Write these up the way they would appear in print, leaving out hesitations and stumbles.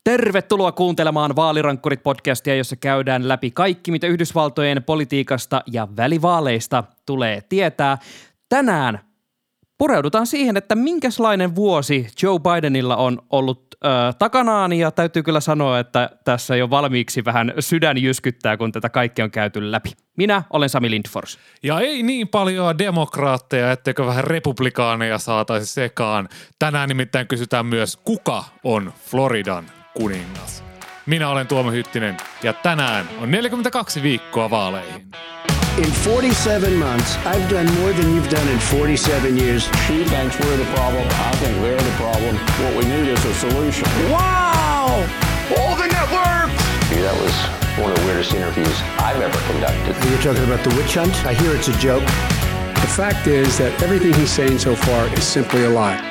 Tervetuloa kuuntelemaan Vaalirankkurit-podcastia, jossa käydään läpi kaikki, mitä Yhdysvaltojen politiikasta ja välivaaleista tulee tietää. Tänään pureudutaan siihen, että minkälainen vuosi Joe Bidenilla on ollut takanaan, ja täytyy kyllä sanoa, että tässä jo valmiiksi vähän sydän jyskyttää, kun tätä kaikkea on käyty läpi. Minä olen Sami Lindfors. Ja ei niin paljon demokraatteja, etteikö vähän republikaaneja saataisi sekaan. Tänään nimittäin kysytään myös, kuka on Floridan kuningas. Minä olen Tuomo Hyttinen ja tänään on 42 viikkoa vaaleihin. In 47 months, I've done more than you've done in 47 years. She thinks we're the problem. I think they're the problem. What we need is a solution. Wow! All the networks! That was one of the weirdest interviews I've ever conducted. You're talking about the witch hunt? I hear it's a joke. The fact is that everything he's saying so far is simply a lie.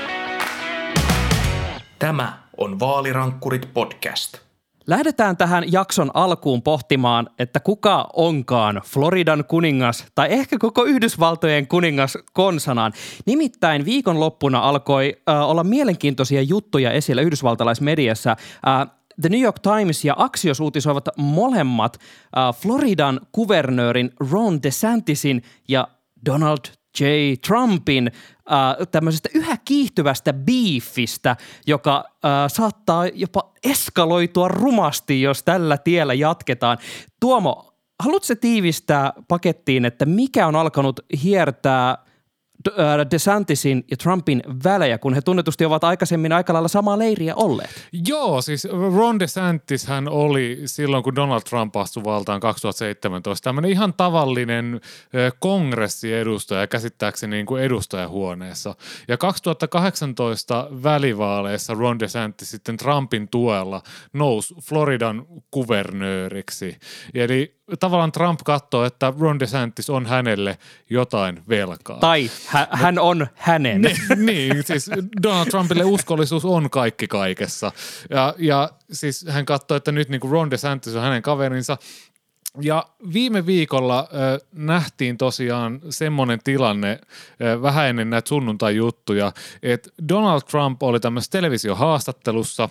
Tämä on Vaalirankkurit podcast. Lähdetään tähän jakson alkuun pohtimaan, että kuka onkaan Floridan kuningas tai ehkä koko Yhdysvaltojen kuningas konsanaan. Nimittäin viikonloppuna alkoi olla mielenkiintoisia juttuja esillä yhdysvaltalaismediassa. The New York Times ja Axios uutisoivat molemmat Floridan kuvernöörin Ron DeSantisin ja Donald J. Trumpin tämmöisestä yhä kiihtyvästä beefistä, joka saattaa jopa eskaloitua rumasti, jos tällä tiellä jatketaan. Tuomo, haluatko sä tiivistää pakettiin, että mikä on alkanut hiertää DeSantisin ja Trumpin välejä, kun he tunnetusti ovat aikaisemmin aika lailla samaa leiriä olleet? Joo, siis Ron DeSantis hän oli silloin, kun Donald Trump astui valtaan 2017, tämmöinen ihan tavallinen kongressiedustaja, käsittääkseni niin kuin edustajahuoneessa. Ja 2018 välivaaleissa Ron DeSantis sitten Trumpin tuella nousi Floridan kuvernööriksi. Eli tavallaan Trump katsoo, että Ron DeSantis on hänelle jotain velkaa. Tai hän on hänen. Niin, siis Donald Trumpille uskollisuus on kaikki kaikessa. Ja siis hän katsoo, että nyt niin kuin Ron DeSantis on hänen kaverinsa. Ja viime viikolla nähtiin tosiaan semmoinen tilanne vähän ennen näitä sunnuntai-juttuja, että Donald Trump oli tämmöisessä televisiohaastattelussa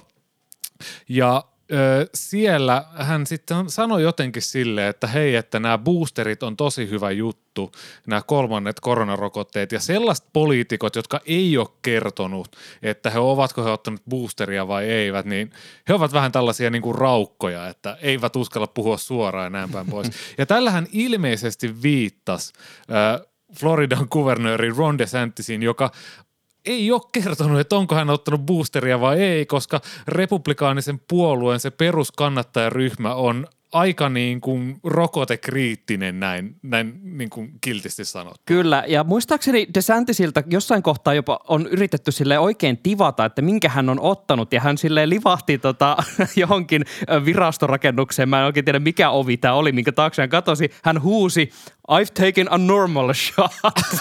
ja siellä hän sitten sanoi jotenkin silleen, että hei, että nämä boosterit on tosi hyvä juttu, nämä kolmannet koronarokotteet ja sellaiset poliitikot, jotka ei ole kertonut, että ovatko he ottaneet boosteria vai eivät, niin he ovat vähän tällaisia niin kuin raukkoja, että eivät uskalla puhua suoraan ja näin päin pois. Ja tällähän ilmeisesti viittasi Floridan kuvernööri Ron DeSantisin, joka ei ole kertonut, että onko hän ottanut boosteria vai ei, koska republikaanisen puolueen se peruskannattajaryhmä on aika niin kuin rokotekriittinen näin niin kuin kiltisti sanottu. Kyllä, ja muistaakseni DeSantisilta jossain kohtaa jopa on yritetty sille oikein tivata, että minkä hän on ottanut, ja hän silleen livahti johonkin virastorakennukseen. Mä en oikein tiedä, mikä ovi tämä oli, minkä taakse hän katosi. Hän huusi, I've taken a normal shot.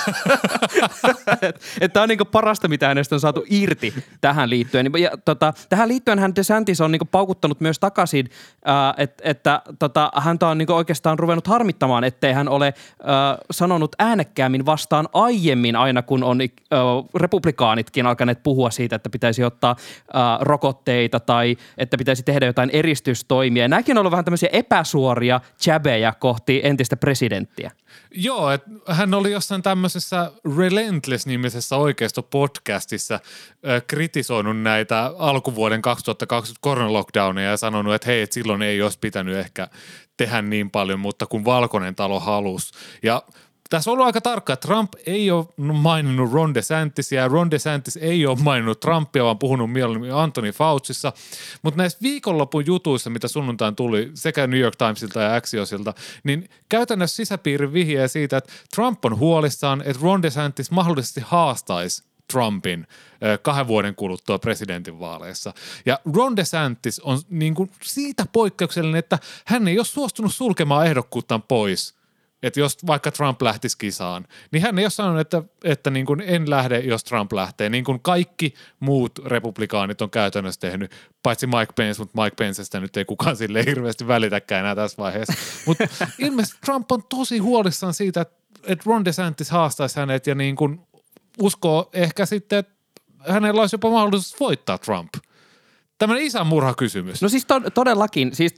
Tämä on niinku parasta, mitä hänestä on saatu irti tähän liittyen. Ja, tähän liittyen hän DeSantis on niinku paukuttanut myös takaisin, että häntä on niinku oikeastaan ruvennut harmittamaan, ettei hän ole sanonut äänekkäämmin vastaan aiemmin aina, kun on republikaanitkin alkaneet puhua siitä, että pitäisi ottaa rokotteita tai että pitäisi tehdä jotain eristystoimia. Ja nämäkin on ollut vähän tämmöisiä epäsuoria jabbeja kohti entistä presidenttiä. Joo, että hän oli jossain tämmöisessä Relentless-nimisessä oikeistopodcastissa kritisoinut näitä alkuvuoden 2020 koronalockdowneja ja sanonut, että hei, että silloin ei olisi pitänyt ehkä tehdä niin paljon, mutta kun Valkoinen talo halusi. Ja tässä on ollut aika tarkka, että Trump ei ole maininnut Ron DeSantisia ja Ron DeSantis ei ole maininnut Trumpia, vaan puhunut mieluummin Anthony Faucissa. Mutta näissä viikonlopun jutuissa, mitä sunnuntain tuli sekä New York Timesilta ja Axiosilta, niin käytännössä sisäpiirin vihjeä siitä, että Trump on huolissaan, että Ron DeSantis mahdollisesti haastaisi Trumpin 2 vuoden kuluttua presidentinvaaleissa. Ja Ron DeSantis on niin kuin siitä poikkeuksellinen, että hän ei ole suostunut sulkemaan ehdokkuuttaan pois. Että jos vaikka Trump lähtisi kisaan, niin hän ei ole sanonut, että niin kuin en lähde, jos Trump lähtee. Niin kuin kaikki muut republikaanit on käytännössä tehnyt, paitsi Mike Pence, mutta Mike Pencestä nyt ei kukaan sille hirveästi välitäkään enää tässä vaiheessa. Mutta ilmeisesti Trump on tosi huolissaan siitä, että Ron DeSantis haastaisi hänet ja niin kuin uskoo ehkä sitten, että hänellä olisi jopa mahdollisuus voittaa Trump. Tämmöinen isänmurhakysymys. No siis todellakin. Siis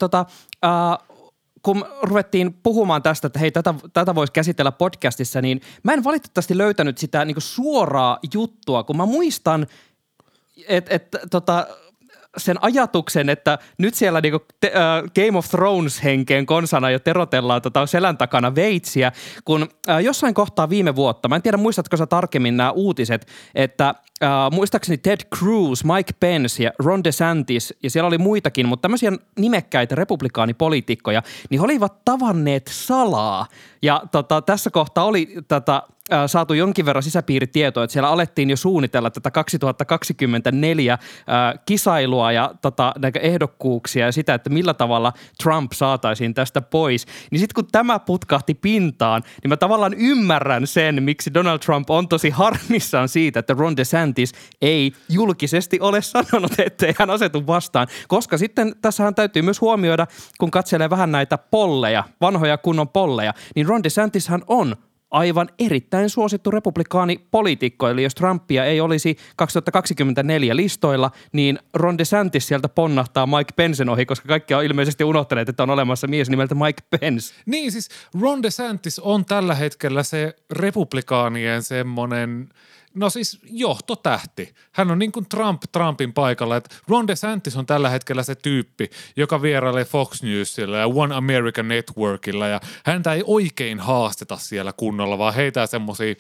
kun ruvettiin puhumaan tästä, että hei, tätä voisi käsitellä podcastissa, niin mä en valitettavasti löytänyt sitä niin kuin suoraa juttua, kun mä muistan, että sen ajatuksen, että nyt siellä niinku Game of Thrones -henkeen konsana jo terotellaan selän takana veitsiä, kun jossain kohtaa viime vuotta, mä en tiedä muistatko sä tarkemmin nämä uutiset, että muistaakseni Ted Cruz, Mike Pence ja Ron DeSantis, ja siellä oli muitakin, mutta tämmöisiä nimekkäitä republikaanipoliitikkoja, niin he olivat tavanneet salaa. Ja tässä kohtaa oli saatu jonkin verran sisäpiiritietoa, että siellä alettiin jo suunnitella tätä 2024 kisailua ja näitä ehdokkuuksia ja sitä, että millä tavalla Trump saataisiin tästä pois. Niin sitten kun tämä putkahti pintaan, niin mä tavallaan ymmärrän sen, miksi Donald Trump on tosi harmissaan siitä, että Ron DeSantis ei julkisesti ole sanonut, ettei hän asetu vastaan. Koska sitten tässähän täytyy myös huomioida, kun katselee vähän näitä polleja, vanhoja kunnon polleja, niin Ron DeSantishan on aivan erittäin suosittu republikaanipoliitikko. Eli jos Trumpia ei olisi 2024 listoilla, niin Ron DeSantis sieltä ponnahtaa Mike Pencen ohi, koska kaikki on ilmeisesti unohtaneet, että on olemassa mies nimeltä Mike Pence. Niin siis Ron DeSantis on tällä hetkellä se republikaanien semmoinen, no siis johtotähti. Hän on niin kuin Trumpin paikalla. Että Ron DeSantis on tällä hetkellä se tyyppi, joka vierailee Fox Newsilla ja One American Networkilla ja häntä ei oikein haasteta siellä kunnolla, vaan heitää semmoisia,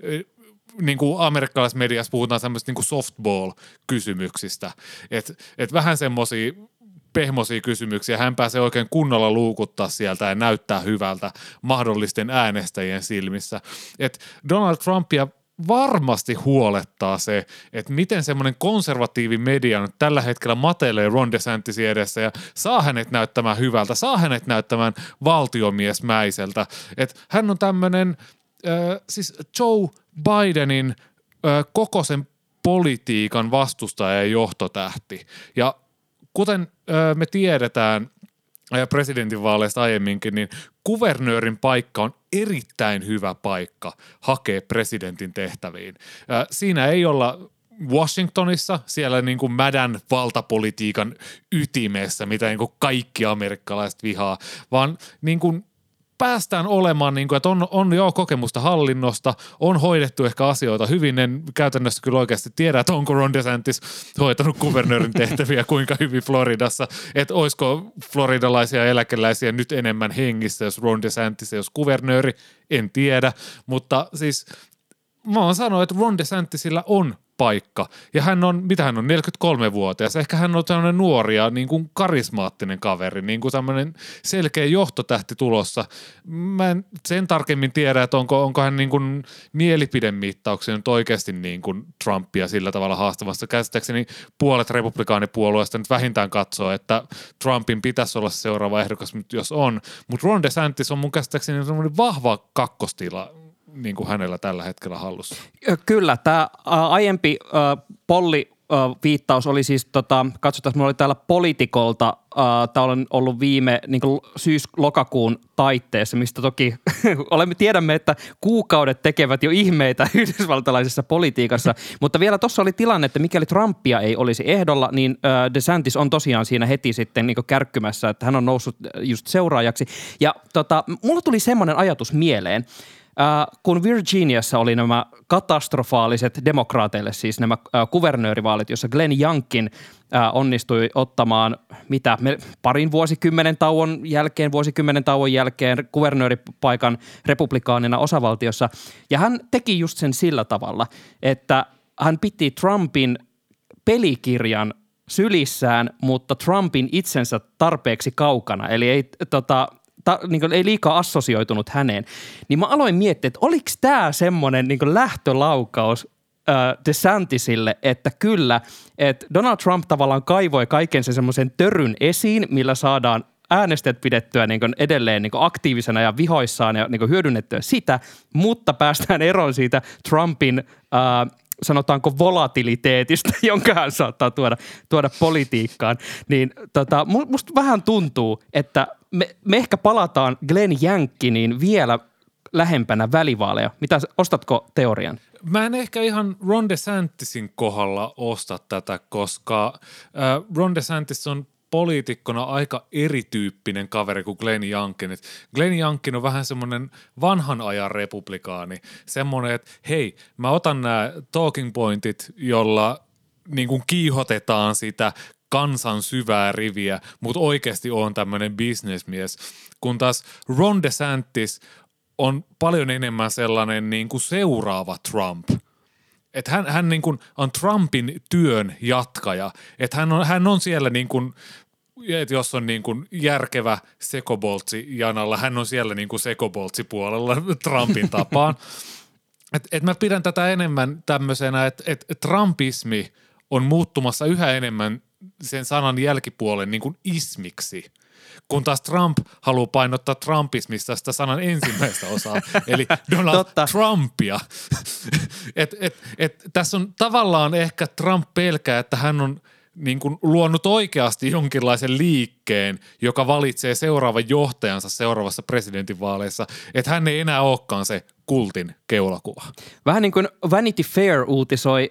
niin kuin amerikkalaisessa mediassa puhutaan semmoista niin kuin softball-kysymyksistä. Et vähän semmoisia pehmoisia kysymyksiä. Hän pääsee oikein kunnolla luukuttaa sieltä ja näyttää hyvältä mahdollisten äänestäjien silmissä. Et Donald Trumpia varmasti huolettaa se, että miten semmoinen konservatiivi media nyt tällä hetkellä matelee Ron DeSantisin edessä ja saa hänet näyttämään hyvältä, saa hänet näyttämään valtiomiesmäiseltä. Että hän on tämmöinen siis Joe Bidenin koko sen politiikan vastustaja ja johtotähti. Ja kuten me tiedetään presidentinvaaleista aiemminkin, niin kuvernöörin paikka on erittäin hyvä paikka hakea presidentin tehtäviin. Siinä ei olla Washingtonissa, siellä niin kuin mädän valtapolitiikan ytimessä, mitä niin kuin kaikki amerikkalaiset vihaa, vaan niin kuin päästään olemaan, niin kuin, että on jo kokemusta hallinnosta, on hoidettu ehkä asioita hyvin, en käytännössä kyllä oikeasti tiedä, että onko Ron DeSantis hoitanut kuvernöörin tehtäviä kuinka hyvin Floridassa, että olisiko floridalaisia eläkeläisiä nyt enemmän hengissä, jos Ron DeSantis jos kuvernööri, en tiedä, mutta siis mä oon sanonut, että Ron DeSantisillä on paikka. Ja hän on 43-vuotias. Ehkä hän on tämmöinen nuori ja niin kuin karismaattinen kaveri, niin kuin tämmöinen selkeä johtotähti tulossa. Mä en sen tarkemmin tiedä, että onko hän niin kuin mielipidemittauksia nyt oikeasti niin kuin Trumpia sillä tavalla haastavassa. Käsittääkseni puolet republikaanipuolueesta nyt vähintään katsoo, että Trumpin pitäisi olla seuraava ehdokas, jos on. Mutta Ron DeSantis on mun käsittääkseni semmoinen vahva kakkostila niin kuin hänellä tällä hetkellä hallussa. Kyllä, tämä aiempi polli-viittaus oli siis, katsotaan, minulla oli täällä Politikolta, tämä on ollut viime niin kuin syys-lokakuun taitteessa, mistä toki tiedämme, että kuukaudet tekevät jo ihmeitä yhdysvaltalaisessa politiikassa, mutta vielä tuossa oli tilanne, että mikäli Trumpia ei olisi ehdolla, niin DeSantis on tosiaan siinä heti sitten niin kuin kärkkymässä, että hän on noussut just seuraajaksi. Ja mulla tuli semmoinen ajatus mieleen, kun Virginiassa oli nämä katastrofaaliset demokraateille, siis nämä kuvernöörivaalit, jossa Glenn Youngkin onnistui ottamaan vuosikymmenen tauon jälkeen kuvernööripaikan republikaanina osavaltiossa. Ja hän teki just sen sillä tavalla, että hän piti Trumpin pelikirjan sylissään, mutta Trumpin itsensä tarpeeksi kaukana, eli ei liikaa assosioitunut häneen, niin mä aloin miettiä, että oliko tämä semmoinen niin lähtölaukaus DeSantisille, että kyllä, että Donald Trump tavallaan kaivoi kaiken sen semmoisen töryn esiin, millä saadaan äänestäjät pidettyä niin kuin edelleen niin kuin aktiivisena ja vihoissaan ja niin kuin hyödynnettyä sitä, mutta päästään eroon siitä Trumpin sanotaanko volatiliteetista, jonka hän saattaa tuoda politiikkaan, niin musta vähän tuntuu, että me ehkä palataan Glenn Youngkiniin vielä lähempänä välivaaleja. Ostatko teorian? Mä en ehkä ihan Ron DeSantisin kohdalla osta tätä, koska Ron DeSantis on poliitikkona aika erityyppinen kaveri kuin Glenn Youngkin. Et Glenn Youngkin on vähän semmoinen vanhan ajan republikaani. Semmoinen, että hei, mä otan nämä talking pointit, jolla niin kuin kiihotetaan sitä kansan syvää riviä, mutta oikeasti on tämmöinen bisnesmies. Kun taas Ron DeSantis on paljon enemmän sellainen niin kuin seuraava Trump. Että hän niin kuin on Trumpin työn jatkaja. Että hän on siellä niin kuin, että jos on niin kuin järkevä sekoboltsi janalla, hän on siellä niin kuin sekoboltsi puolella Trumpin tapaan. Et mä pidän tätä enemmän tämmöisenä, että Trumpismi on muuttumassa yhä enemmän sen sanan jälkipuolen niin kuin ismiksi. Kun taas Trump haluaa painottaa Trumpismista sitä sanan ensimmäistä osaa, eli Donald Trumpia. Tässä on tavallaan ehkä Trump pelkää, että hän on niin kuin luonut oikeasti jonkinlaisen liikkeen, joka valitsee seuraavan johtajansa seuraavassa presidentinvaaleissa, että hän ei enää olekaan se kultin keulakuva. Vähän niin kuin Vanity Fair uutisoi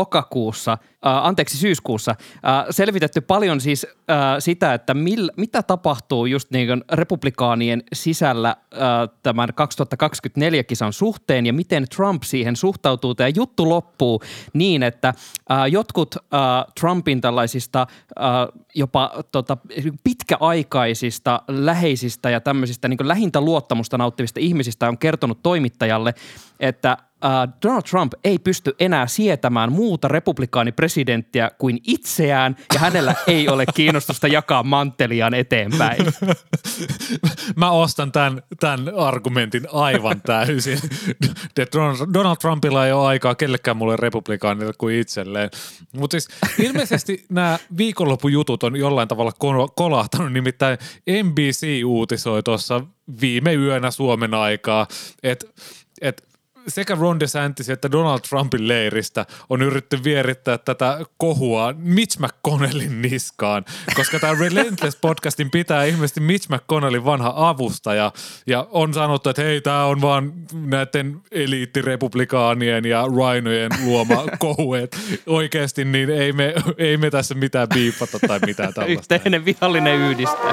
syyskuussa selvitetty paljon siis sitä, että mitä tapahtuu just niin kuin republikaanien sisällä tämän 2024-kisan suhteen ja miten Trump siihen suhtautuu. Tämä juttu loppuu niin, että jotkut Trumpin tällaisista jopa pitkäaikaisista, läheisistä ja tämmöisistä niin kuin lähintä luottamusta nauttivista ihmisistä on kertonut toimittajalle, että Donald Trump ei pysty enää sietämään muuta republikaanipresidenttiä kuin itseään ja hänellä ei ole kiinnostusta jakaa mantteliaan eteenpäin. Mä ostan tämän argumentin aivan täysin. Donald Trumpilla ei ole aikaa kellekään mulle republikaanille kuin itselleen. Mutta siis ilmeisesti nämä viikonloppujutut on jollain tavalla kolahtanut, nimittäin NBC uutisoi tuossa viime yönä Suomen aikaa, että sekä Ron DeSantis että Donald Trumpin leiristä on yritetty vierittää tätä kohua Mitch McConnellin niskaan, koska tämä Relentless-podcastin pitää ilmeisesti Mitch McConnellin vanha avustaja ja on sanottu, että hei, tämä on vaan näiden eliittirepublikaanien ja Rhinojen luoma kohu, että oikeasti niin ei me tässä mitään biipata tai mitään tällaista. Yhteinen vihollinen yhdistää.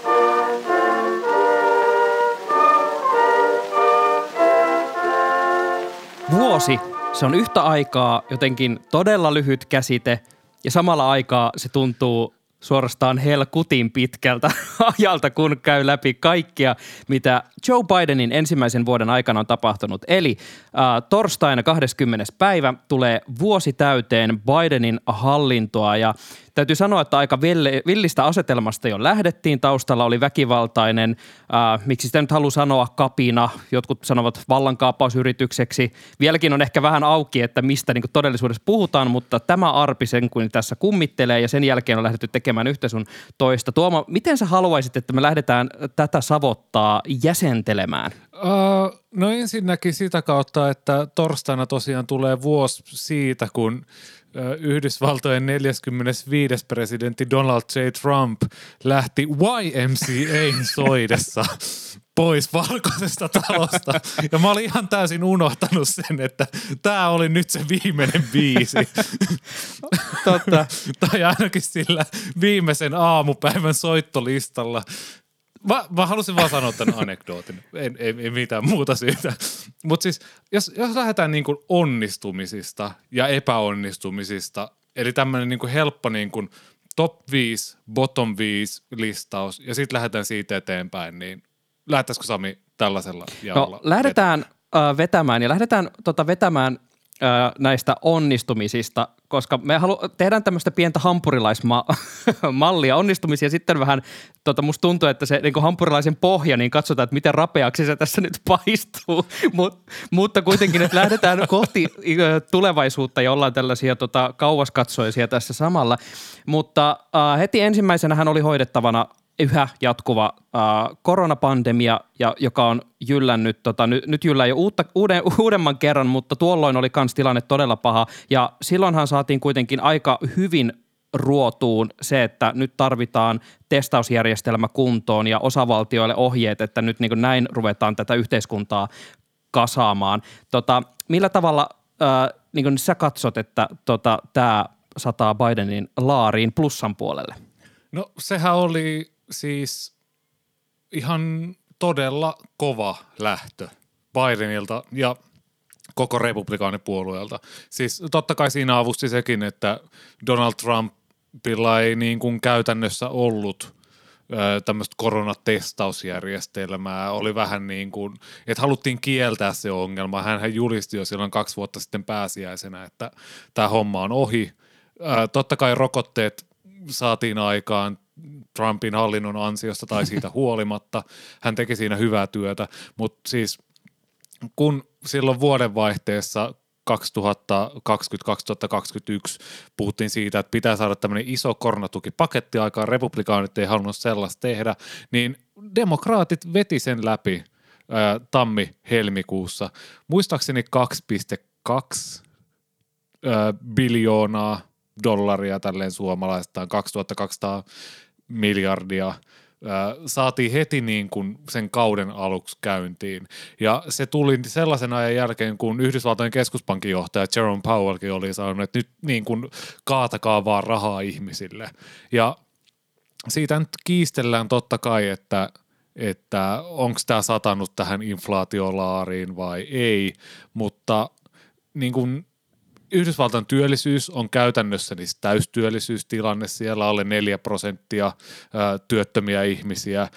Vuosi, se on yhtä aikaa jotenkin todella lyhyt käsite ja samalla aikaa se tuntuu suorastaan helkutin pitkältä ajalta, kun käy läpi kaikkia, mitä Joe Bidenin ensimmäisen vuoden aikana on tapahtunut. Eli torstaina 20. päivä tulee vuosi täyteen Bidenin hallintoa ja täytyy sanoa, että aika villistä asetelmasta jo lähdettiin. Taustalla oli väkivaltainen, miksi sitä nyt haluaa sanoa, kapina. Jotkut sanovat vallankaappausyritykseksi. Vieläkin on ehkä vähän auki, että mistä niin kuin todellisuudessa puhutaan, mutta tämä arpi sen kuin tässä kummittelee ja sen jälkeen on lähdetty tekemään yhtä sun toista. Tuomo, miten sä haluaisit, että me lähdetään tätä savottaa jäsentelemään? No ensinnäkin sitä kautta, että torstaina tosiaan tulee vuosi siitä, kun Yhdysvaltojen 45. presidentti Donald J. Trump lähti YMCA:n soidessa pois Valkoisesta talosta. Ja mä olin ihan täysin unohtanut sen, että tää oli nyt se viimeinen biisi. Totta. Tai ainakin sillä viimeisen aamupäivän soittolistalla. Mä halusin vaan sanoa tämän anekdootin. Ei mitään muuta siitä. Mutta siis, jos lähdetään niin kuin onnistumisista ja epäonnistumisista, eli tämmöinen niin kuin helppo niin kuin top 5, bottom 5 listaus, ja sitten lähdetään siitä eteenpäin, niin lähtäisikö Sami tällaisella jaolla? No lähdetään vetämään ja lähdetään vetämään näistä onnistumisista, koska me tehdään tämmöistä pientä hampurilaismallia onnistumisia. Sitten vähän, musta tuntuu, että se niin kuin hampurilaisen pohja, niin katsotaan, että miten rapeaksi se tässä nyt paistuu. Mutta kuitenkin, että lähdetään kohti tulevaisuutta ja ollaan tällaisia kauaskatsoisia tässä samalla. Mutta heti ensimmäisenä hän oli hoidettavana yhä jatkuva koronapandemia, joka on jyllännyt, nyt jyllää jo uudemman kerran, mutta tuolloin oli kans tilanne todella paha ja silloinhan saatiin kuitenkin aika hyvin ruotuun se, että nyt tarvitaan testausjärjestelmä kuntoon ja osavaltioille ohjeet, että nyt niin kuin näin ruvetaan tätä yhteiskuntaa kasaamaan. Millä tavalla niin kuin sä katsot, että tämä sataa Bidenin laariin plussan puolelle? No sehän oli siis ihan todella kova lähtö Bidenilta ja koko republikaanipuolueelta. Siis totta kai siinä avusti sekin, että Donald Trumpilla ei niin kuin käytännössä ollut tämmöistä koronatestausjärjestelmää. Oli vähän niin kuin, että haluttiin kieltää se ongelma. Hänhän julisti jo silloin 2 vuotta sitten pääsiäisenä, että tämä homma on ohi. Totta kai rokotteet saatiin aikaan Trumpin hallinnon ansiosta tai siitä huolimatta. Hän teki siinä hyvää työtä, mutta siis kun silloin vuodenvaihteessa 2020-2021 puhuttiin siitä, että pitää saada tämmöinen iso koronatukipaketti aikaan, republikaanit ei halunnut sellaista tehdä, niin demokraatit veti sen läpi tammi-helmikuussa. Muistaakseni 2,2 biljoonaa dollaria tälleen suomalaistaan, 2200 miljardia saatiin heti niin kuin sen kauden aluksi käyntiin. Ja se tuli sellaisen ajan jälkeen, kun Yhdysvaltojen keskuspankin johtaja Jerome Powellkin oli sanonut, että nyt niin kuin kaatakaa vaan rahaa ihmisille. Ja siitä nyt kiistellään totta kai, että onko tämä satanut tähän inflaatiolaariin vai ei, mutta niin kuin Yhdysvaltain työllisyys on käytännössä niin täystyöllisyystilanne, siellä alle 4% työttömiä ihmisiä.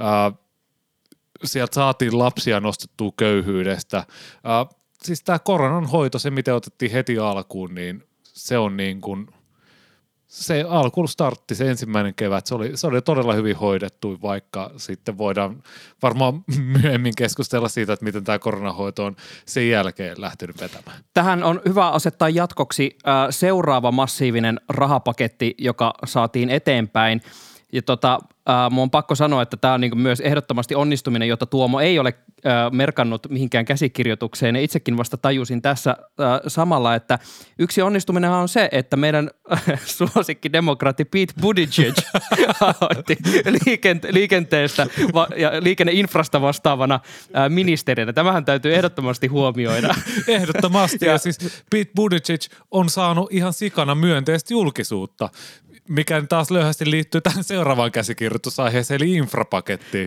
Sieltä saatiin lapsia nostettua köyhyydestä. Siis tämä koronan hoito, se miten otettiin heti alkuun, niin se on niin kuin, se alkuun startti, se ensimmäinen kevät, se oli todella hyvin hoidettu, vaikka sitten voidaan varmaan myöhemmin keskustella siitä, että miten tämä koronahoito on sen jälkeen lähtenyt vetämään. Tähän on hyvä asettaa jatkoksi seuraava massiivinen rahapaketti, joka saatiin eteenpäin. Ja mun on pakko sanoa, että tämä on niin myös ehdottomasti onnistuminen, jota Tuomo ei ole merkannut mihinkään käsikirjoitukseen. Ja itsekin vasta tajusin tässä samalla, että yksi onnistuminen on se, että meidän suosikkidemokraatti Pete Buttigieg aloitti liikenteestä ja liikenneinfrasta vastaavana ministerinä. Tämähän täytyy ehdottomasti huomioida. Ehdottomasti. Ja siis Pete Buttigieg on saanut ihan sikana myönteistä julkisuutta, mikä taas löyhästi liittyy tähän seuraavaan käsikirjoitusaiheeseen, eli infrapakettiin.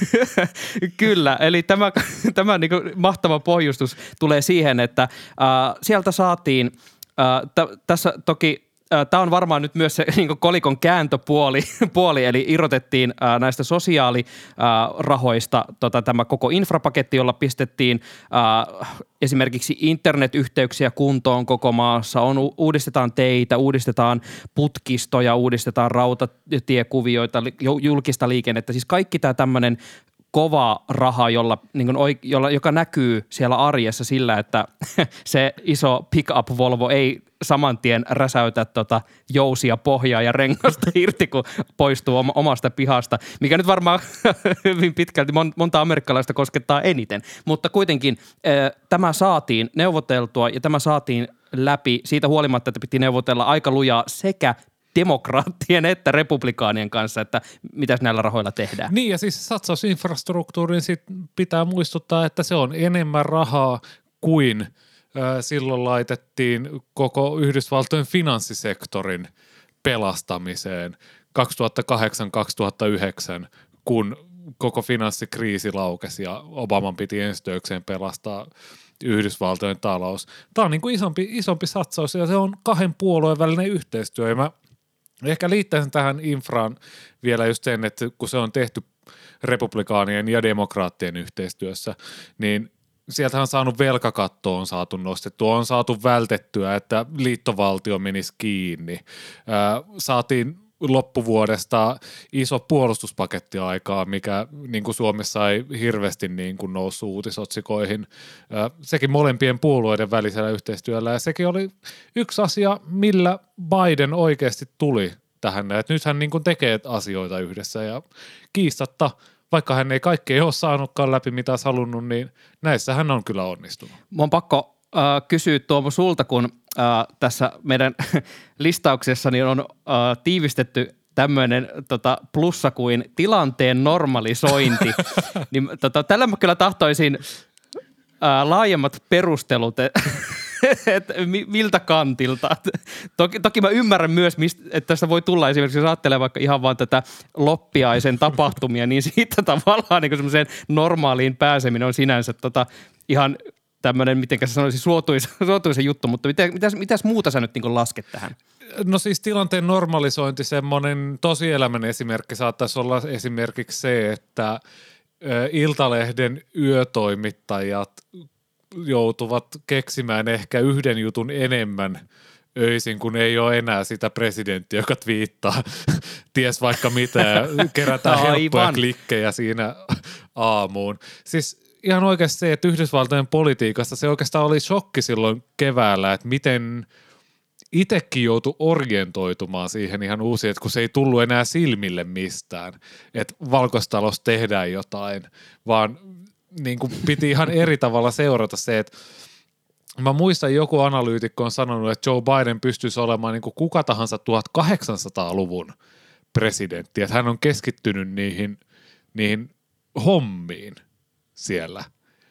Kyllä, eli tämä niin kuin mahtava pohjustus tulee siihen, että sieltä saatiin, tässä toki tämä on varmaan nyt myös se niin kuin kolikon kääntöpuoli, eli irrotettiin näistä sosiaalirahoista tämä koko infrapaketti, jolla pistettiin esimerkiksi internetyhteyksiä kuntoon koko maassa, uudistetaan teitä, uudistetaan putkistoja, uudistetaan rautatiekuvioita, julkista liikennettä, siis kaikki tämä tämmöinen kova raha, joka näkyy siellä arjessa sillä, että se iso pick-up Volvo ei saman tien räsäytä jousia pohjaa ja rengasta irti, kun poistuu omasta pihasta, mikä nyt varmaan hyvin pitkälti monta amerikkalaista koskettaa eniten. Mutta kuitenkin tämä saatiin neuvoteltua ja tämä saatiin läpi siitä huolimatta, että piti neuvotella aika lujaa sekä demokraattien että republikaanien kanssa, että mitäs näillä rahoilla tehdään. Niin ja siis satsausinfrastruktuuriin sit pitää muistuttaa, että se on enemmän rahaa kuin silloin laitettiin koko Yhdysvaltojen finanssisektorin pelastamiseen 2008-2009, kun koko finanssikriisi laukesi ja Obaman piti ensitöikseen pelastaa Yhdysvaltojen talous. Tämä on niin kuin isompi satsaus ja se on 2 puolueen välinen yhteistyö ja mä ehkä liittäisin tähän infraan vielä just sen, että kun se on tehty republikaanien ja demokraattien yhteistyössä, niin sieltähän on saanut velkakattoon saatu nostettua, on saatu vältettyä, että liittovaltio menisi kiinni. Saatiin loppuvuodesta iso puolustuspaketti aikaa, mikä niin kuin Suomessa ei hirveästi niin kuin noussut uutisotsikoihin. Sekin molempien puolueiden välisellä yhteistyöllä ja sekin oli yksi asia, millä Biden oikeasti tuli tähän. Että nyt hän niin kuin tekee asioita yhdessä ja kiistatta, vaikka hän ei kaikkea ole saanutkaan läpi mitä olisi halunnut, niin näissä hän on kyllä onnistunut. Mun on pakko kysyä Tuomo sulta, kun tässä meidän listauksessani on tiivistetty tämmöinen plussa kuin tilanteen normalisointi, niin tällä mä kyllä tahtoisin laajemmat perustelut, että miltä kantilta. Toki mä ymmärrän myös, että tässä voi tulla esimerkiksi, jos ajattelee vaikka ihan vaan tätä loppiaisen tapahtumia, niin siitä tavallaan niin semmoiseen normaaliin pääseminen on sinänsä ihan tämmöinen, mitenkä se sanoisi, suotuisa juttu, mutta mitäs muuta sä nyt niin lasket tähän? No siis tilanteen normalisointi, semmoinen tosielämän esimerkki saattaisi olla esimerkiksi se, että Iltalehden yötoimittajat joutuvat keksimään ehkä yhden jutun enemmän öisin, kun ei ole enää sitä presidenttiä, joka twiittaa ties vaikka mitä ja kerätään helppoja klikkejä siinä aamuun. Siis ihan oikeasti se, että Yhdysvaltojen politiikassa se oikeastaan oli shokki silloin keväällä, että miten itsekin joutui orientoitumaan siihen ihan uusiin, että kun se ei tullut enää silmille mistään, että Valkoistalossa tehdään jotain, vaan niin kuin piti ihan eri tavalla seurata se, että mä muistan joku analyytikko on sanonut, että Joe Biden pystyisi olemaan niin kuin kuka tahansa 1800-luvun presidentti, että hän on keskittynyt niihin hommiin siellä.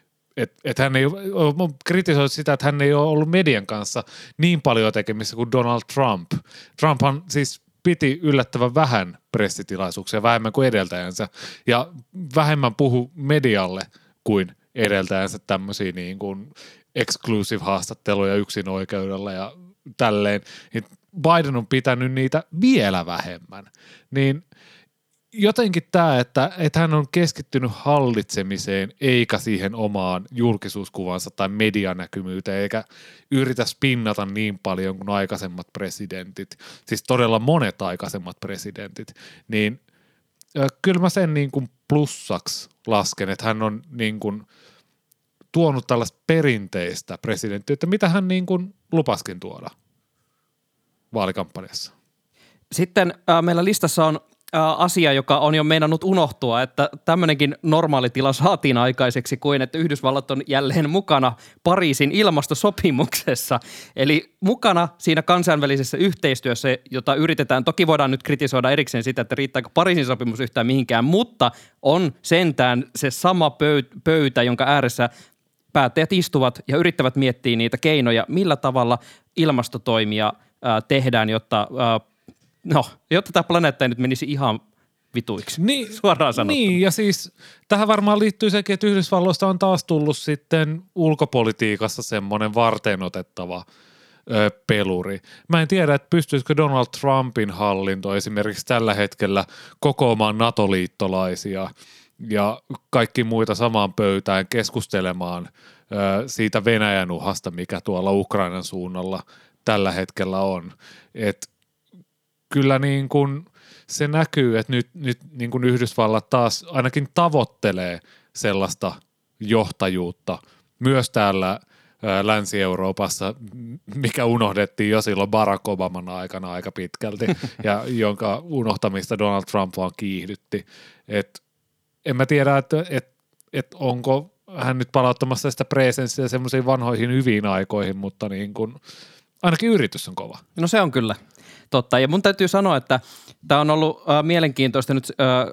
Että hän ei kritisoinut sitä, että hän ei ole ollut median kanssa niin paljon tekemistä kuin Donald Trump. Trumphan siis piti yllättävän vähän pressitilaisuuksia, vähemmän kuin edeltäjänsä, ja vähemmän puhu medialle kuin edeltäjänsä tämmöisiä niin kuin exclusive-haastatteluja yksin oikeudella ja tälleen. Biden on pitänyt niitä vielä vähemmän. Niin jotenkin tämä, että hän on keskittynyt hallitsemiseen eikä siihen omaan julkisuuskuvansa tai medianäkymyyteen eikä yritä spinnata niin paljon kuin aikaisemmat presidentit, siis todella monet aikaisemmat presidentit, niin kyllä mä sen niin kuin plussaksi lasken, että hän on niin kuin tuonut tällaista perinteistä presidenttiyttä, mitä hän niin kuin lupaskin tuoda vaalikampanjassa. Sitten meillä listassa on asia, joka on jo meinannut unohtua, että tämmöinenkin normaalitila saatiin aikaiseksi kuin, että Yhdysvallat on jälleen mukana Pariisin ilmastosopimuksessa. Eli mukana siinä kansainvälisessä yhteistyössä, jota yritetään, toki voidaan nyt kritisoida erikseen sitä, että riittääkö Pariisin sopimus yhtään mihinkään, mutta on sentään se sama pöytä, jonka ääressä päättäjät istuvat ja yrittävät miettiä niitä keinoja, millä tavalla ilmastotoimia tehdään, jotta tämä planeetta ei nyt menisi ihan vituiksi, suoraan sanottuna. Niin, ja siis tähän varmaan liittyy sekin, että Yhdysvalloista on taas tullut sitten ulkopolitiikassa semmoinen varteenotettava peluri. Mä en tiedä, että pystyisikö Donald Trumpin hallinto esimerkiksi tällä hetkellä kokoamaan NATO-liittolaisia ja kaikki muita samaan pöytään keskustelemaan siitä Venäjän uhasta, mikä tuolla Ukrainan suunnalla tällä hetkellä on. Että kyllä niin kuin se näkyy, että nyt niin kuin Yhdysvallat taas ainakin tavoittelee sellaista johtajuutta myös täällä Länsi-Euroopassa, mikä unohdettiin jo silloin Barack Obaman aikana aika pitkälti ja jonka unohtamista Donald Trump vaan kiihdytti. En mä tiedä, että onko hän nyt palauttamassa sitä presenssiä semmoisiin vanhoihin hyviin aikoihin, mutta niin kuin ainakin yritys on kova. No se on kyllä totta. Ja mun täytyy sanoa, että tämä on ollut mielenkiintoista nyt,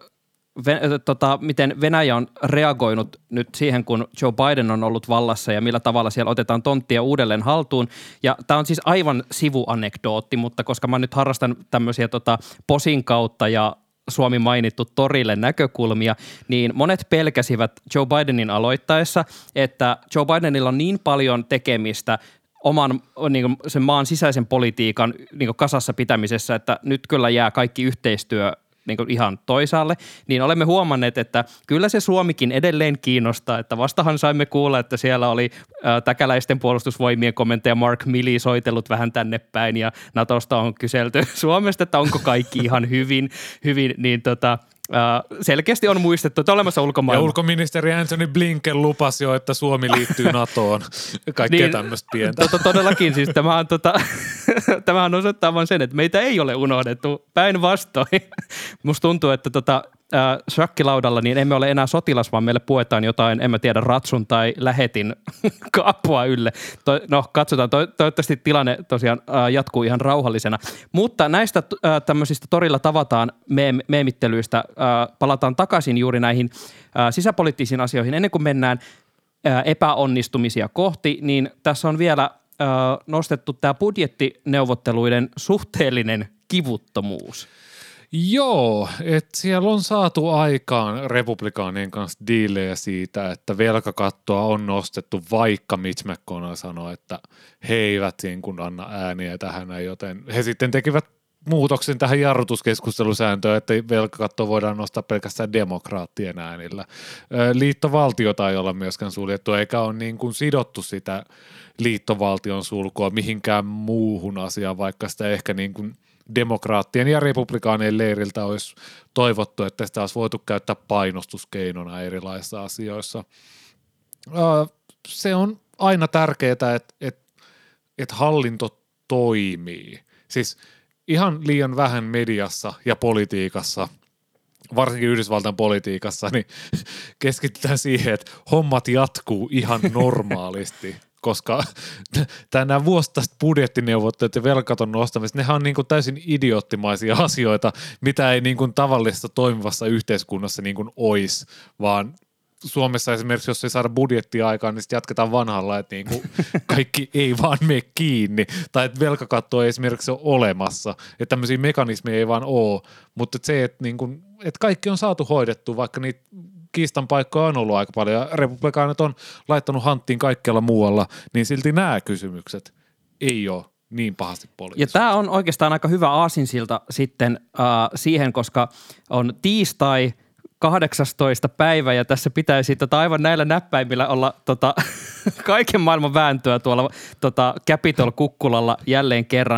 miten Venäjä on reagoinut nyt siihen, kun Joe Biden on ollut vallassa ja millä tavalla siellä otetaan tonttia uudelleen haltuun. Ja tämä on siis aivan sivuanekdootti, mutta koska mä nyt harrastan tämmöisiä posin kautta ja Suomi mainittu torille näkökulmia, niin monet pelkäsivät Joe Bidenin aloittaessa, että Joe Bidenilla on niin paljon tekemistä oman niin sen maan sisäisen politiikan niin kasassa pitämisessä, että nyt kyllä jää kaikki yhteistyö niin ihan toisaalle, niin olemme huomanneet, että kyllä se Suomikin edelleen kiinnostaa, että vastahan saimme kuulla, että siellä oli täkäläisten puolustusvoimien komentaja Mark Milley soitellut vähän tänne päin ja Natosta on kyselty Suomesta, että onko kaikki ihan hyvin niin selkeästi on muistettu, että olemassa ulkomailla. Ja ulkoministeri Antony Blinken lupasi jo, että Suomi liittyy NATOon. Kaikkea niin, tämmöistä pientä. Todellakin siis tämähän osoittaa vain sen, että meitä ei ole unohdettu päinvastoin. Musta tuntuu, että shakkilaudalla, niin emme ole enää sotilas, vaan meille puetaan jotain, en mä tiedä, ratsun tai lähetin kaapua ylle. No katsotaan, toivottavasti tilanne tosiaan jatkuu ihan rauhallisena. Mutta näistä tämmöisistä torilla tavataan meemittelyistä palataan takaisin juuri näihin sisäpoliittisiin asioihin. Ennen kuin mennään epäonnistumisia kohti, niin tässä on vielä nostettu tämä budjettineuvotteluiden suhteellinen kivuttomuus. Joo, että siellä on saatu aikaan republikaanien kanssa diilejä siitä, että velkakattoa on nostettu, vaikka Mitch McConnell sanoi, että he eivät niin kuin anna ääniä tähän, joten he sitten tekivät muutoksen tähän jarrutuskeskustelusääntöön, että velkakattoa voidaan nostaa pelkästään demokraattien äänillä. Liittovaltiota ei olla myöskään suljettu, eikä ole niin kuin sidottu sitä liittovaltion sulkua mihinkään muuhun asiaan, vaikka sitä ehkä niin kuin demokraattien ja republikaanien leiriltä olisi toivottu, että sitä olisi voitu käyttää painostuskeinona erilaisissa asioissa. Se on aina tärkeää, että hallinto toimii. Siis ihan liian vähän mediassa ja politiikassa, varsinkin Yhdysvaltain politiikassa, niin keskitytään siihen, että hommat jatkuu ihan normaalisti. Koska nämä vuosittaiset budjettineuvottelut ja velkaton nostamiset, nehän on niin kuin täysin idioottimaisia asioita, mitä ei niin kuin tavallisessa toimivassa yhteiskunnassa niin kuin olisi, vaan Suomessa esimerkiksi, jos ei saada budjettia aikaan, niin sitten jatketaan vanhalla, että niin kuin kaikki ei vaan mene kiinni, tai että velkakatto ei esimerkiksi ole olemassa, että tämmöisiä mekanismeja ei vaan ole, mutta se, että, niin kuin, että kaikki on saatu hoidettua, vaikka niitä kiistan paikkoja on ollut aika paljon, ja republikaanit on laittanut hanttiin kaikkialla muualla, niin silti nämä kysymykset ei ole niin pahasti poliittisia. Ja tämä on oikeastaan aika hyvä aasinsilta sitten siihen, koska on tiistai 18. päivä, ja tässä pitäisi aivan näillä näppäimillä olla kaiken maailman vääntöä tuolla Capitol-kukkulalla jälleen kerran.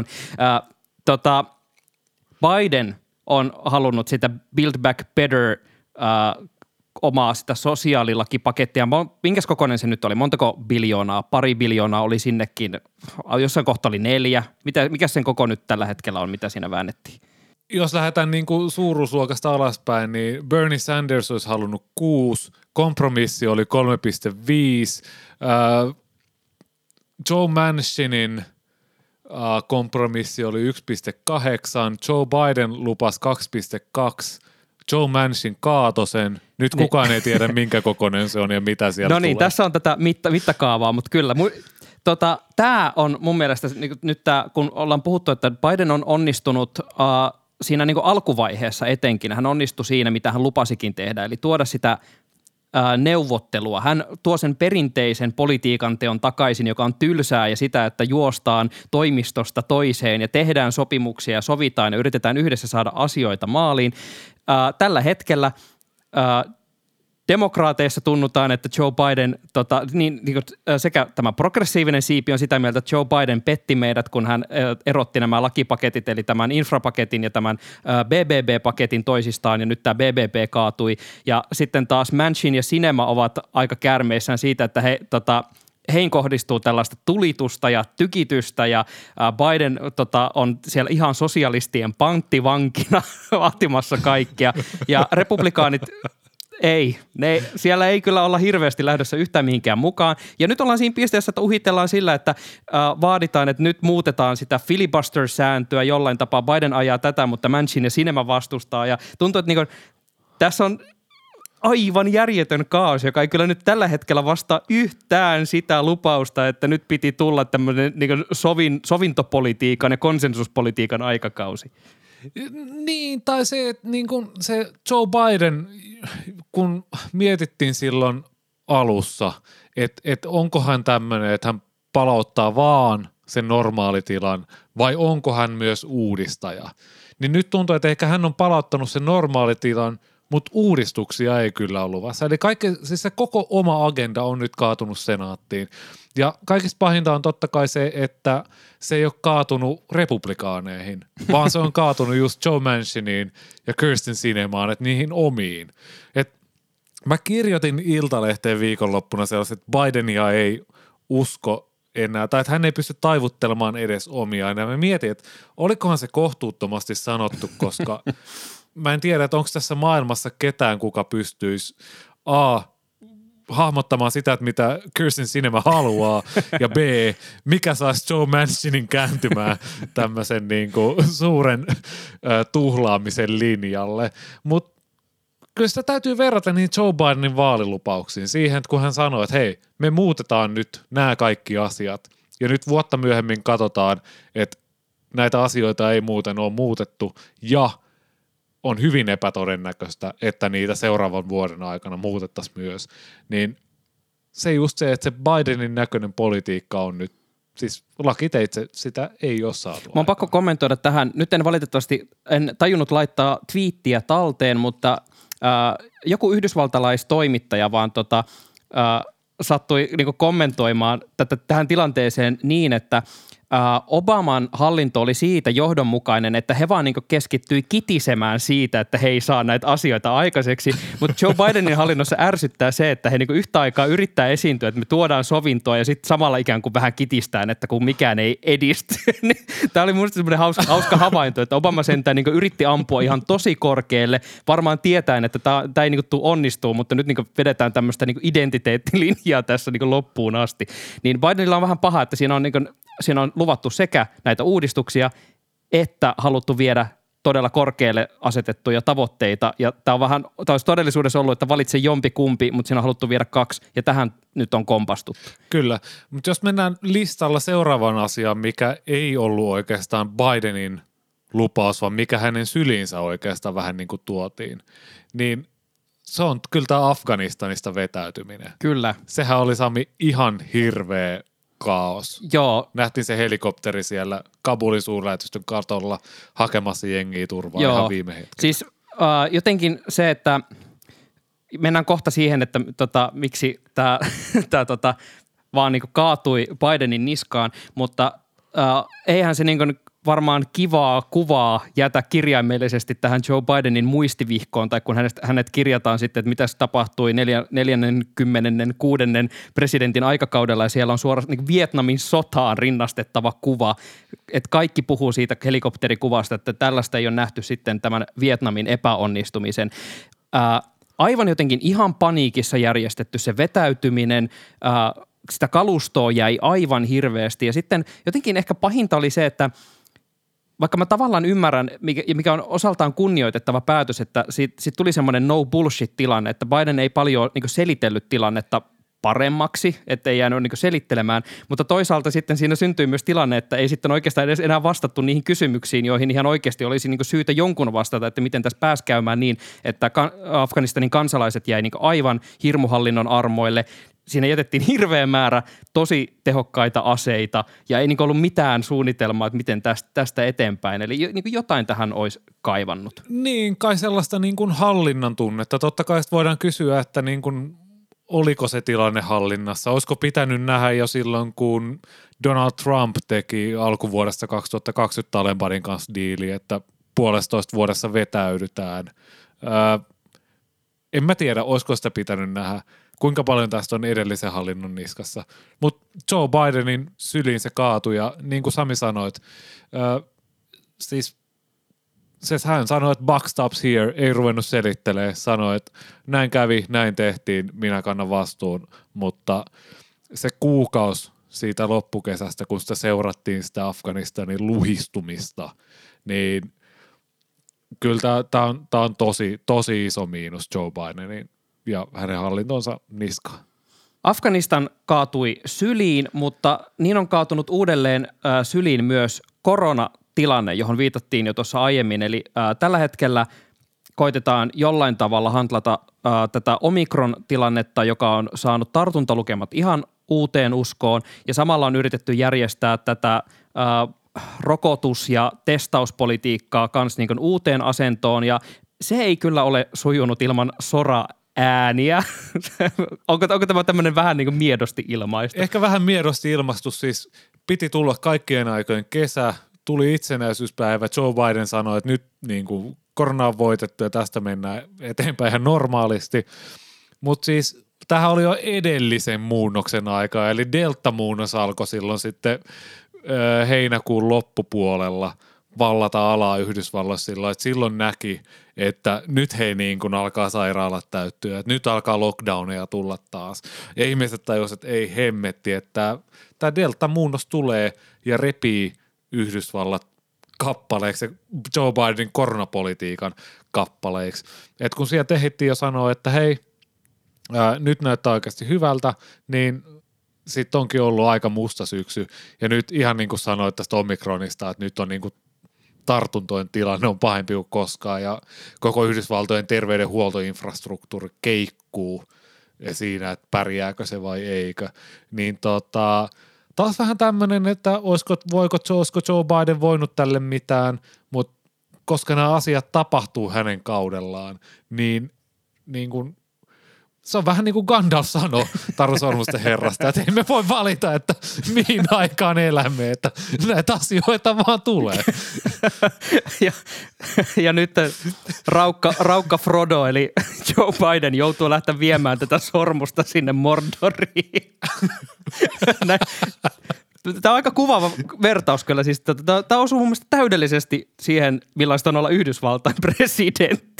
Biden on halunnut sitä Build Back Better omaa sitä sosiaalilakipakettia. Minkäs kokoinen se nyt oli? Montako biljoonaa? 2 biljoonaa oli sinnekin. Jossain kohta oli 4. Mikä sen koko nyt tällä hetkellä on? Mitä siinä väännettiin? Jos lähdetään niin kuin suuruusluokasta alaspäin, niin Bernie Sanders olisi halunnut 6, kompromissi oli 3,5, Joe Manchinin kompromissi oli 1,8, Joe Biden lupasi 2,2, Joe Manchin kaatosen. Nyt kukaan ei tiedä, minkä kokoinen se on ja mitä siellä tulee. No niin, tässä on tätä mittakaavaa, mutta kyllä. Tämä on mun mielestä, nyt kun ollaan puhuttu, että Biden on onnistunut siinä niin kuin alkuvaiheessa etenkin. Hän onnistui siinä, mitä hän lupasikin tehdä, eli tuoda sitä neuvottelua. Hän tuo sen perinteisen politiikan teon takaisin, joka on tylsää, ja sitä, että juostaan toimistosta toiseen ja tehdään sopimuksia ja sovitaan ja yritetään yhdessä saada asioita maaliin. Tällä hetkellä demokraateissa tunnutaan, että Joe Biden, sekä tämä progressiivinen siipi on sitä mieltä, että Joe Biden petti meidät, kun hän erotti nämä lakipaketit, eli tämän infrapaketin ja tämän BBB-paketin toisistaan, ja nyt tämä BBB kaatui. Ja sitten taas Manchin ja Sinema ovat aika käärmeissään siitä, että heihin kohdistuu tällaista tulitusta ja tykitystä, ja Biden on siellä ihan sosialistien panttivankina vaatimassa kaikkea, ja republikaanit siellä ei kyllä olla hirveästi lähdössä yhtään mihinkään mukaan. Ja nyt ollaan siinä pisteessä, että uhitellaan sillä, että vaaditaan, että nyt muutetaan sitä filibuster-sääntöä jollain tapaa. Biden ajaa tätä, mutta Manchin ja Sinema vastustaa. Ja tuntuu, että tässä on aivan järjetön kaos, joka ei kyllä nyt tällä hetkellä vastaa yhtään sitä lupausta, että nyt piti tulla tämmöinen sovintopolitiikan ja konsensuspolitiikan aikakausi. Niin, tai se, että niin kuin se Joe Biden, kun mietittiin silloin alussa, että onko hän tämmöinen, että hän palauttaa vaan sen normaalitilan, vai onko hän myös uudistaja, niin nyt tuntuu, että ehkä hän on palauttanut sen normaalitilan, mutta uudistuksia ei kyllä ollut luvassa. Eli siis se koko oma agenda on nyt kaatunut senaattiin. Ja kaikista pahinta on totta kai se, että se ei ole kaatunut republikaaneihin, vaan se on kaatunut just Joe Manchiniin ja Kirsten Sinemaan, että niihin omiin. Et mä kirjoitin Iltalehteen viikonloppuna sellaiset, että Bidenia ei usko enää, tai että hän ei pysty taivuttelemaan edes omiaan. Ja mä mietin, että olikohan se kohtuuttomasti sanottu, koska mä en tiedä, että onko tässä maailmassa ketään, kuka pystyisi hahmottamaan sitä, että mitä Kirsten Sinema haluaa, ja B, mikä saisi Joe Manchinin kääntymään tämmöisen niin kuin suuren tuhlaamisen linjalle. Mutta kyllä sitä täytyy verrata niin Joe Bidenin vaalilupauksiin siihen, että kun hän sanoi, että hei, me muutetaan nyt nämä kaikki asiat, ja nyt vuotta myöhemmin katsotaan, että näitä asioita ei muuten ole muutettu, ja on hyvin epätodennäköistä, että niitä seuraavan vuoden aikana muutettaisiin myös, niin se just se, että se Bidenin näköinen politiikka on nyt, siis lakiteitse sitä ei ole saatu. Mä on pakko kommentoida tähän. Nyt en valitettavasti, en tajunnut laittaa twiittiä talteen, mutta joku yhdysvaltalaistoimittaja vaan sattui niinku kommentoimaan tähän tilanteeseen niin, että Obaman hallinto oli siitä johdonmukainen, että he vaan niinku keskittyi kitisemään siitä, että he ei saa näitä asioita aikaiseksi, mutta Joe Bidenin hallinnossa ärsyttää se, että he niinku yhtä aikaa yrittää esiintyä, että me tuodaan sovintoa ja sitten samalla ikään kuin vähän kitistään, että kun mikään ei edisty. Tämä oli minusta semmoinen hauska havainto, että Obama sentään niinku yritti ampua ihan tosi korkealle, varmaan tietäen, että tämä ei niinku tule onnistuu, mutta nyt niinku vedetään tämmöistä niinku identiteettilinjaa tässä niinku loppuun asti. Niin Bidenilla on vähän paha, että siinä on luvattu sekä näitä uudistuksia, että haluttu viedä todella korkealle asetettuja tavoitteita. Ja tämä olisi todellisuudessa ollut, että valitse jompikumpi, mutta siinä on haluttu viedä 2, ja tähän nyt on kompastuttu. Kyllä, mutta jos mennään listalla seuraavaan asiaan, mikä ei ollut oikeastaan Bidenin lupaus, vaan mikä hänen syliinsä oikeastaan vähän niin kuin tuotiin, niin se on kyllä tämä Afganistanista vetäytyminen. Kyllä. Sehän oli, Sami, ihan hirveä kaos. Joo. Nähtiin se helikopteri siellä Kabulin suurlähetystön katolla hakemassa jengiä turvaa ihan viime hetkellä. Siis jotenkin se, että mennään kohta siihen, että miksi tämä vaan niinku kaatui Bidenin niskaan, mutta eihän se niinku varmaan kivaa kuvaa jätä kirjaimellisesti tähän Joe Bidenin muistivihkoon, tai kun hänet kirjataan sitten, että mitä tapahtui 46. presidentin aikakaudella, ja siellä on suoraan niin Vietnamin sotaan rinnastettava kuva, että kaikki puhuu siitä helikopterikuvasta, että tällaista ei ole nähty sitten tämän Vietnamin epäonnistumisen. Aivan jotenkin ihan paniikissa järjestetty se vetäytyminen, sitä kalustoa jäi aivan hirveästi, ja sitten jotenkin ehkä pahinta oli se, että vaikka mä tavallaan ymmärrän, mikä on osaltaan kunnioitettava päätös, että siitä tuli semmoinen no bullshit-tilanne, että Biden ei paljon niin selitellyt tilannetta paremmaksi, ettei jäänyt niin selittelemään, mutta toisaalta sitten siinä syntyi myös tilanne, että ei sitten oikeastaan edes enää vastattu niihin kysymyksiin, joihin ihan oikeasti olisi niin syytä jonkun vastata, että miten tässä pääsi käymään niin, että Afganistanin kansalaiset jäi niin aivan hirmuhallinnon armoille. Siinä jätettiin hirveä määrä tosi tehokkaita aseita ja ei niin ollut mitään suunnitelmaa, että miten tästä eteenpäin. Eli niin jotain tähän olisi kaivannut. Niin, kai sellaista niin kuin hallinnan tunnetta. Totta kai voidaan kysyä, että niin kuin, oliko se tilanne hallinnassa. Olisiko pitänyt nähdä jo silloin, kun Donald Trump teki alkuvuodesta 2020 Talebanin kanssa diili, että 1,5 vuodessa vetäydytään. En mä tiedä, olisiko sitä pitänyt nähdä. Kuinka paljon tästä on edellisen hallinnon niskassa. Mutta Joe Bidenin syliin se kaatui ja niin kuin Sami sanoit, siis hän sanoi, että buck stops here, ei ruvennut selittelemään, sanoi, että näin kävi, näin tehtiin, minä kannan vastuun, mutta se kuukausi siitä loppukesästä, kun sitä seurattiin sitä Afganistanin luhistumista, niin kyllä tämä on tosi iso miinus Joe Bidenin ja hänen hallintonsa niskaan. Afganistan kaatui syliin, mutta niin on kaatunut uudelleen syliin myös koronatilanne, johon viitattiin jo tuossa aiemmin. Eli tällä hetkellä koitetaan jollain tavalla handlata tätä Omikron-tilannetta, joka on saanut tartuntalukemat ihan uuteen uskoon, ja samalla on yritetty järjestää tätä rokotus- ja testauspolitiikkaa kanssa niin kuin uuteen asentoon, ja se ei kyllä ole sujunut ilman ääniä. Onko tämä tämmöinen vähän niin kuin miedosti ilmaistu? Ehkä vähän miedosti ilmaistu, siis piti tulla kaikkien aikojen kesä, tuli itsenäisyyspäivä, Joe Biden sanoi, että nyt niin kuin korona on voitettu ja tästä mennään eteenpäin ihan normaalisti, mutta siis tämähän oli jo edellisen muunnoksen aikaa, eli Delta-muunnos alkoi silloin sitten heinäkuun loppupuolella vallata alaa Yhdysvalloissa silloin, että silloin näki, että nyt hei niin kuin alkaa sairaalat täyttyä, että nyt alkaa lockdowneja tulla taas. Ja ihmiset tajusivat, että ei hemmetti, että tämä Delta-muunnos tulee ja repii Yhdysvallat kappaleiksi ja Joe Bidenin koronapolitiikan kappaleiksi. Et kun sieltä ehdittiin jo sanoa, että hei, nyt näyttää oikeasti hyvältä, niin sitten onkin ollut aika musta syksy. Ja nyt ihan niin kuin sanoit tästä Omikronista, että nyt on niin kuin tartuntojen tilanne on pahempi kuin koskaan ja koko Yhdysvaltojen terveydenhuoltoinfrastruktuuri keikkuu ja siinä, että pärjääkö se vai eikö. Niin taas vähän tämmöinen, että olisiko Joe Biden voinut tälle mitään, mutta koska nämä asiat tapahtuu hänen kaudellaan, niin kuin se on vähän niin kuin Gandalf sanoi Taru Sormusten herrasta, että emme voi valita, että mihin aikaan elämme, että näitä asioita vaan tulee. Ja nyt raukka Frodo, eli Joe Biden, joutuu lähteä viemään tätä sormusta sinne Mordoriin. Tämä on aika kuvaava vertaus kyllä. Siis tämä osuu mun mielestä täydellisesti siihen, millaista on olla Yhdysvaltain presidentti.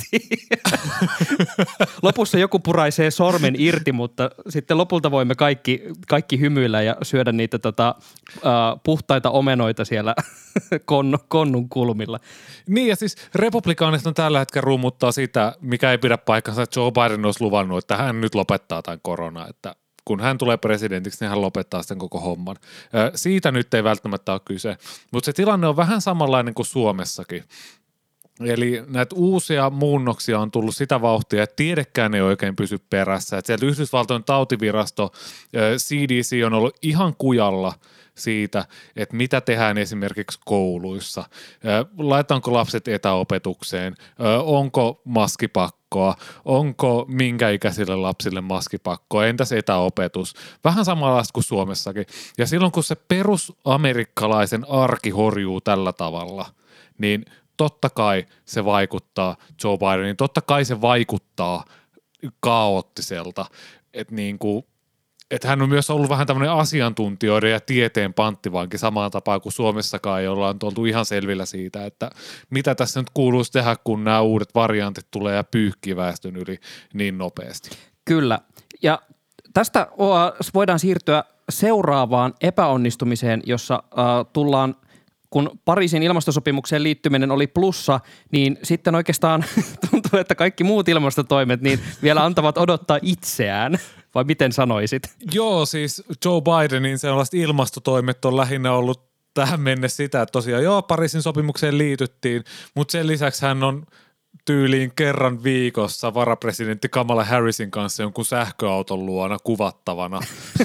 Lopussa joku puraisee sormen irti, mutta sitten lopulta voimme kaikki hymyillä ja syödä niitä puhtaita omenoita siellä konnun kulmilla. Niin ja siis republikaanit on tällä hetkellä rummuttaa sitä, mikä ei pidä paikkansa, että Joe Biden olisi luvannut, että hän nyt lopettaa tämän korona, että kun hän tulee presidentiksi, niin hän lopettaa sitten koko homman. Siitä nyt ei välttämättä ole kyse, mutta se tilanne on vähän samanlainen kuin Suomessakin. Eli näitä uusia muunnoksia on tullut sitä vauhtia, että tiedekään ei oikein pysy perässä. Että sieltä Yhdysvaltojen tautivirasto CDC on ollut ihan kujalla siitä, että mitä tehdään esimerkiksi kouluissa. Laitaanko lapset etäopetukseen? Onko maskipakkoa? Onko minkä ikäisille lapsille maskipakkoa? Entäs etäopetus? Vähän samanlaista kuin Suomessakin. Ja silloin kun se perusamerikkalaisen arki horjuu tällä tavalla, niin totta kai se vaikuttaa Joe Bidenin, totta kai se vaikuttaa kaoottiselta, että hän on myös ollut vähän tämmöinen asiantuntijoiden ja tieteen panttivankin samaan tapaan kuin Suomessakaan, jolla on oltu ihan selvillä siitä, että mitä tässä nyt kuuluisi tehdä, kun nämä uudet variantit tulee ja pyyhkii väestön yli niin nopeasti. Kyllä, ja tästä voidaan siirtyä seuraavaan epäonnistumiseen, jossa tullaan kun Pariisin ilmastosopimukseen liittyminen oli plussa, niin sitten oikeastaan tuntuu, että kaikki muut ilmastotoimet niin vielä antavat odottaa itseään. Vai miten sanoisit? Joo, siis Joe Bidenin sellaiset ilmastotoimet on lähinnä ollut tähän mennessä sitä, että tosiaan Pariisin sopimukseen liityttiin, mutta sen lisäksi hän on tyyliin kerran viikossa varapresidentti Kamala Harrisin kanssa jonkun sähköauton luona kuvattavana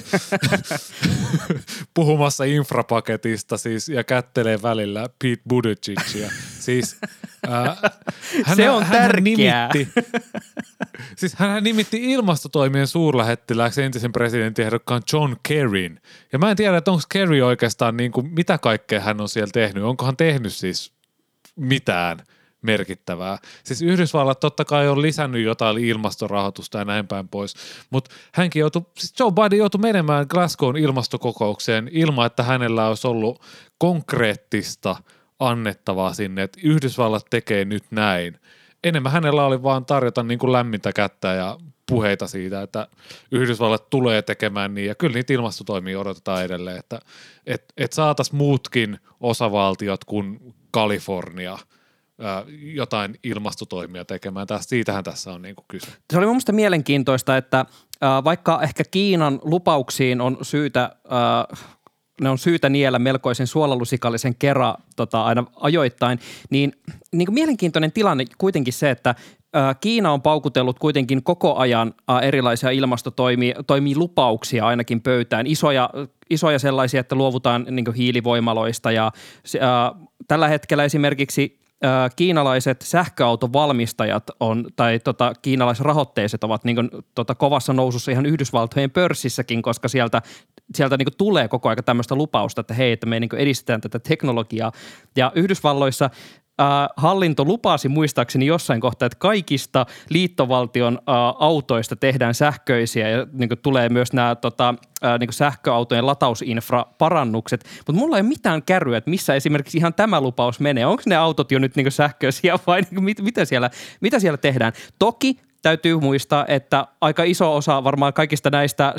puhumassa infrapaketista siis, ja kättelee välillä Pete Buttigiegia. Siis, se on tärkeää. Hän nimitti ilmastotoimien suurlähettilääksi entisen presidenttiehdokkaan John Kerryn. Ja mä en tiedä, että onko Kerry oikeastaan mitä kaikkea hän on siellä tehnyt. Onkohan tehnyt siis mitään merkittävää. Siis Yhdysvallat totta kai on lisännyt jotain ilmastorahoitusta ja näin päin pois, mutta Joe Biden joutui menemään Glasgown ilmastokokoukseen ilman, että hänellä olisi ollut konkreettista annettavaa sinne, että Yhdysvallat tekee nyt näin. Enemmän hänellä oli vaan tarjota niin kuin lämmintä kättä ja puheita siitä, että Yhdysvallat tulee tekemään niin, ja kyllä niitä ilmastotoimia odotetaan edelleen, että saataisiin muutkin osavaltiot kuin Kalifornia jotain ilmastotoimia tekemään. Siitähän tässä on niinku kyse. Se oli mun mielestä mielenkiintoista, että vaikka ehkä Kiinan lupauksiin on ne on syytä niellä melkoisen suolalusikallisen kerran aina ajoittain, niin kuin mielenkiintoinen tilanne kuitenkin se, että Kiina on paukutellut kuitenkin koko ajan erilaisia ilmastotoimia lupauksia ainakin pöytään, isoja sellaisia, että luovutaan niin kuin hiilivoimaloista ja tällä hetkellä esimerkiksi kiinalaiset sähköautovalmistajat kiinalaisrahoitteiset ovat niin kuin, kovassa nousussa ihan Yhdysvaltojen pörssissäkin, koska sieltä niin kuin tulee koko ajan tämmöistä lupausta, että hei, että me niin kuin edistetään tätä teknologiaa. Ja Yhdysvalloissa hallinto lupasi muistaakseni jossain kohtaa, että kaikista liittovaltion autoista tehdään sähköisiä ja niin kuin tulee myös nämä niin kuin sähköautojen latausinfraparannukset, mutta mulla ei ole mitään kärryä, että missä esimerkiksi ihan tämä lupaus menee. Onko ne autot jo nyt niin kuin sähköisiä vai niin kuin mitä siellä tehdään? Toki täytyy muistaa, että aika iso osa varmaan kaikista näistä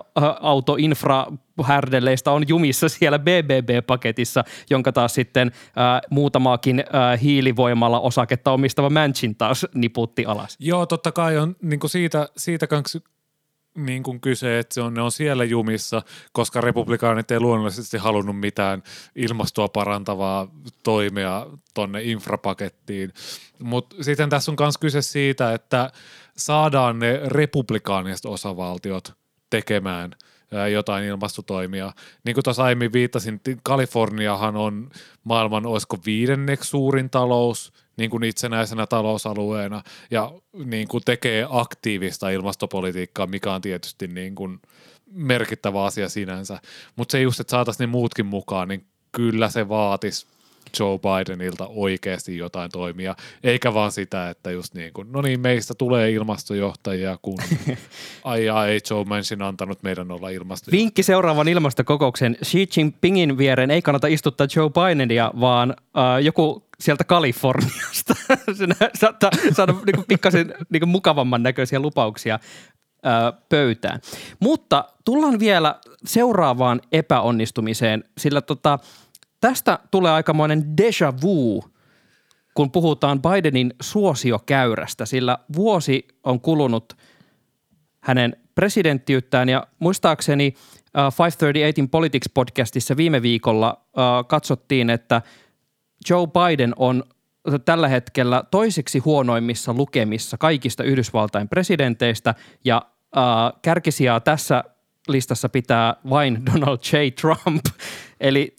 sähköautoinfrahärdeleistä on jumissa siellä BBB-paketissa, jonka taas sitten muutamaakin hiilivoimalla osaketta omistava Manchin taas niputti alas. Joo, totta kai on niin kuin siitä kanssa niin kuin kyse, että ne on siellä jumissa, koska republikaanit ei luonnollisesti halunnut mitään ilmastoa parantavaa toimea tonne infrapakettiin. Mutta sitten tässä on myös kyse siitä, että saadaan ne republikaaniset osavaltiot tekemään jotain ilmastotoimia. Niin kuin tuossa aiemmin viittasin, Kaliforniahan on maailman, olisiko 5. suurin talous niin kuin itsenäisenä talousalueena ja niin kuin tekee aktiivista ilmastopolitiikkaa, mikä on tietysti niin kuin merkittävä asia sinänsä. Mutta se just, että saataisiin ne muutkin mukaan, niin kyllä se vaatisi Joe Bidenilta oikeasti jotain toimia, eikä vaan sitä, että just niin kuin, no niin, meistä tulee ilmastojohtajia, kun ei Joe Manchin antanut meidän olla ilmastojohtajia. Vinkki seuraavan ilmastokokouksen. Xi Jinpingin viereen ei kannata istuttaa Joe Bidenia, vaan joku sieltä Kaliforniasta. Se saattaa saada niin pikkasen niin mukavamman näköisiä lupauksia pöytään. Mutta tullaan vielä seuraavaan epäonnistumiseen, sillä tästä tulee aikamoinen déjà vu, kun puhutaan Bidenin suosiokäyrästä, sillä vuosi on kulunut hänen presidenttiyttään ja muistaakseni 538 Politics-podcastissa viime viikolla katsottiin, että Joe Biden on tällä hetkellä toiseksi huonoimmissa lukemissa kaikista Yhdysvaltain presidenteistä ja kärkisijaa tässä listassa pitää vain Donald J. Trump. Eli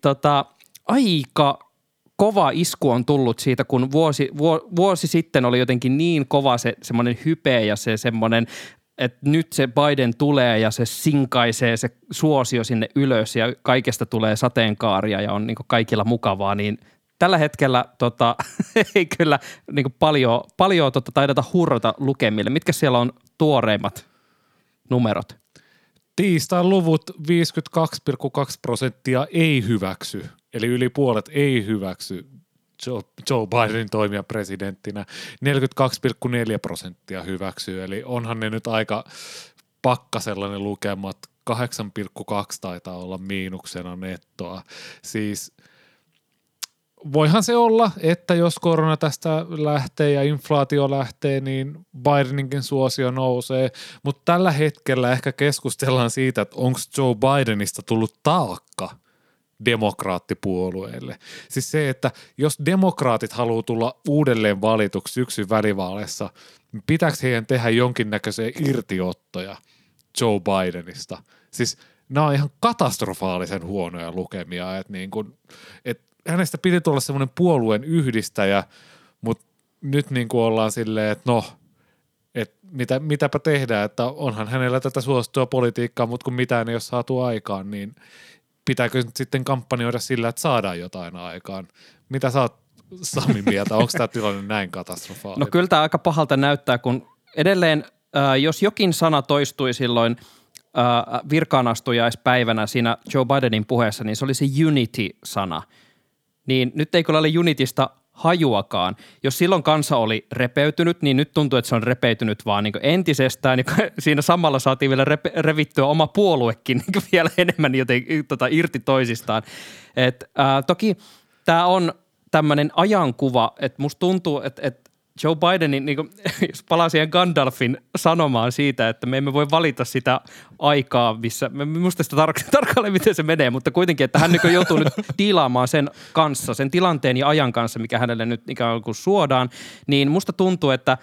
aika kova isku on tullut siitä, kun vuosi sitten oli jotenkin niin kova se semmoinen hype ja se semmoinen, että nyt se Biden tulee ja se sinkaisee se suosio sinne ylös ja kaikesta tulee sateenkaaria ja on niin kuin kaikilla mukavaa, niin tällä hetkellä ei kyllä niin kuin paljon taideta hurrata lukemille. Mitkä siellä on tuoreimmat numerot? Tiistain luvut 52,2% ei hyväksy, eli yli puolet ei hyväksy Joe Bidenin toimia presidenttinä. 42,4% hyväksyy, eli onhan ne nyt aika pakkasella ne lukemat. 8,2 taitaa olla miinuksena nettoa. Siis voihan se olla, että jos korona tästä lähtee ja inflaatio lähtee, niin Bideninkin suosio nousee, mutta tällä hetkellä ehkä keskustellaan siitä, että onko Joe Bidenista tullut taakka demokraattipuolueelle. Siis se, että jos demokraatit haluaa tulla uudelleen valituksi syksyn välivaaleissa, niin pitääkö heidän tehdä jonkinnäköisiä irtiottoja Joe Bidenista? Siis nämä on ihan katastrofaalisen huonoja lukemia, että niin kuin, hänestä piti tulla semmoinen puolueen yhdistäjä, mutta nyt niin kuin ollaan silleen, että no, että mitäpä tehdään, että onhan hänellä tätä suosittua politiikkaa, mutta kun mitään ei ole saatu aikaan, niin pitääkö nyt sitten kampanjoida sillä, että saadaan jotain aikaan? Mitä sä oot, Sami, mieltä? Onko tämä tilanne näin katastrofaalinen? No kyllä tämä aika pahalta näyttää, kun edelleen, jos jokin sana toistui silloin virkaanastujaispäivänä siinä Joe Bidenin puheessa, niin se oli se unity-sana. Niin nyt ei kyllä ole Unitista hajuakaan. Jos silloin kansa oli repeytynyt, niin nyt tuntuu, että se on repeytynyt vaan niin kuin entisestään. Ja siinä samalla saatiin vielä revittyä oma puoluekin niin kuin vielä enemmän jotenkin, irti toisistaan. Toki tämä on tämmöinen ajankuva, että musta tuntuu, että Joe Bidenin, niin kuin, jos palaa siihen Gandalfin sanomaan siitä, että me emme voi valita sitä aikaa, missä, musta sitä tarkalleen miten se menee, mutta kuitenkin, että hän niin joutuu nyt diilaamaan sen kanssa, sen tilanteen ja ajan kanssa, mikä hänelle nyt ikään kuin suodaan, niin musta tuntuu, että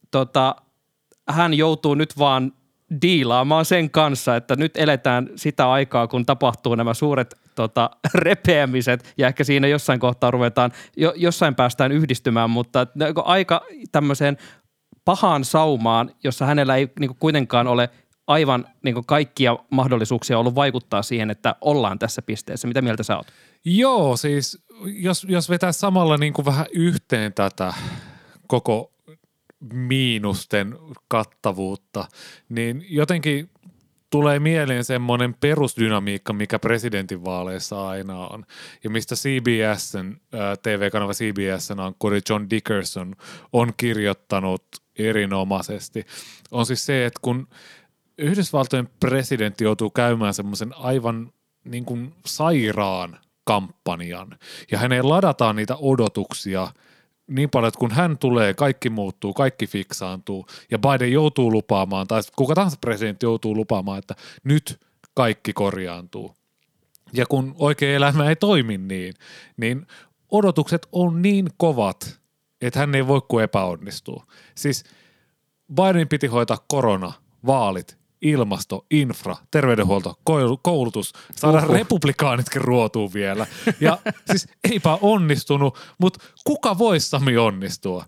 hän joutuu nyt vaan diilaamaan sen kanssa, että nyt eletään sitä aikaa, kun tapahtuu nämä suuret repeämiset ja ehkä siinä jossain kohtaa ruvetaan, jossain päästään yhdistymään, mutta aika tämmöiseen pahaan saumaan, jossa hänellä ei niin kuitenkaan ole aivan niin kuin kaikkia mahdollisuuksia ollut vaikuttaa siihen, että ollaan tässä pisteessä. Mitä mieltä sä oot? Joo, siis jos vetää samalla niin kuin vähän yhteen tätä koko miinusten kattavuutta, niin jotenkin tulee mieleen semmoinen perusdynamiikka, mikä presidentinvaaleissa aina on. Ja mistä CBS:n, TV-kanava CBS:n ankkuri John Dickerson on kirjoittanut erinomaisesti. On siis se, että kun Yhdysvaltojen presidentti joutuu käymään semmoisen aivan niin kuin sairaan kampanjan ja häneen ladataan niitä odotuksia niin paljon, että kun hän tulee, kaikki muuttuu, kaikki fiksaantuu ja Biden joutuu lupaamaan, tai kuka tahansa presidentti joutuu lupaamaan, että nyt kaikki korjaantuu. Ja kun oikea elämä ei toimi niin odotukset on niin kovat, että hän ei voi kuin epäonnistua. Siis Biden piti hoitaa korona, vaalit, ilmasto, infra, terveydenhuolto, koulutus, saada republikaanitkin ruotuun vielä. Ja siis eipä onnistunut, mutta kuka voisi Sami onnistua?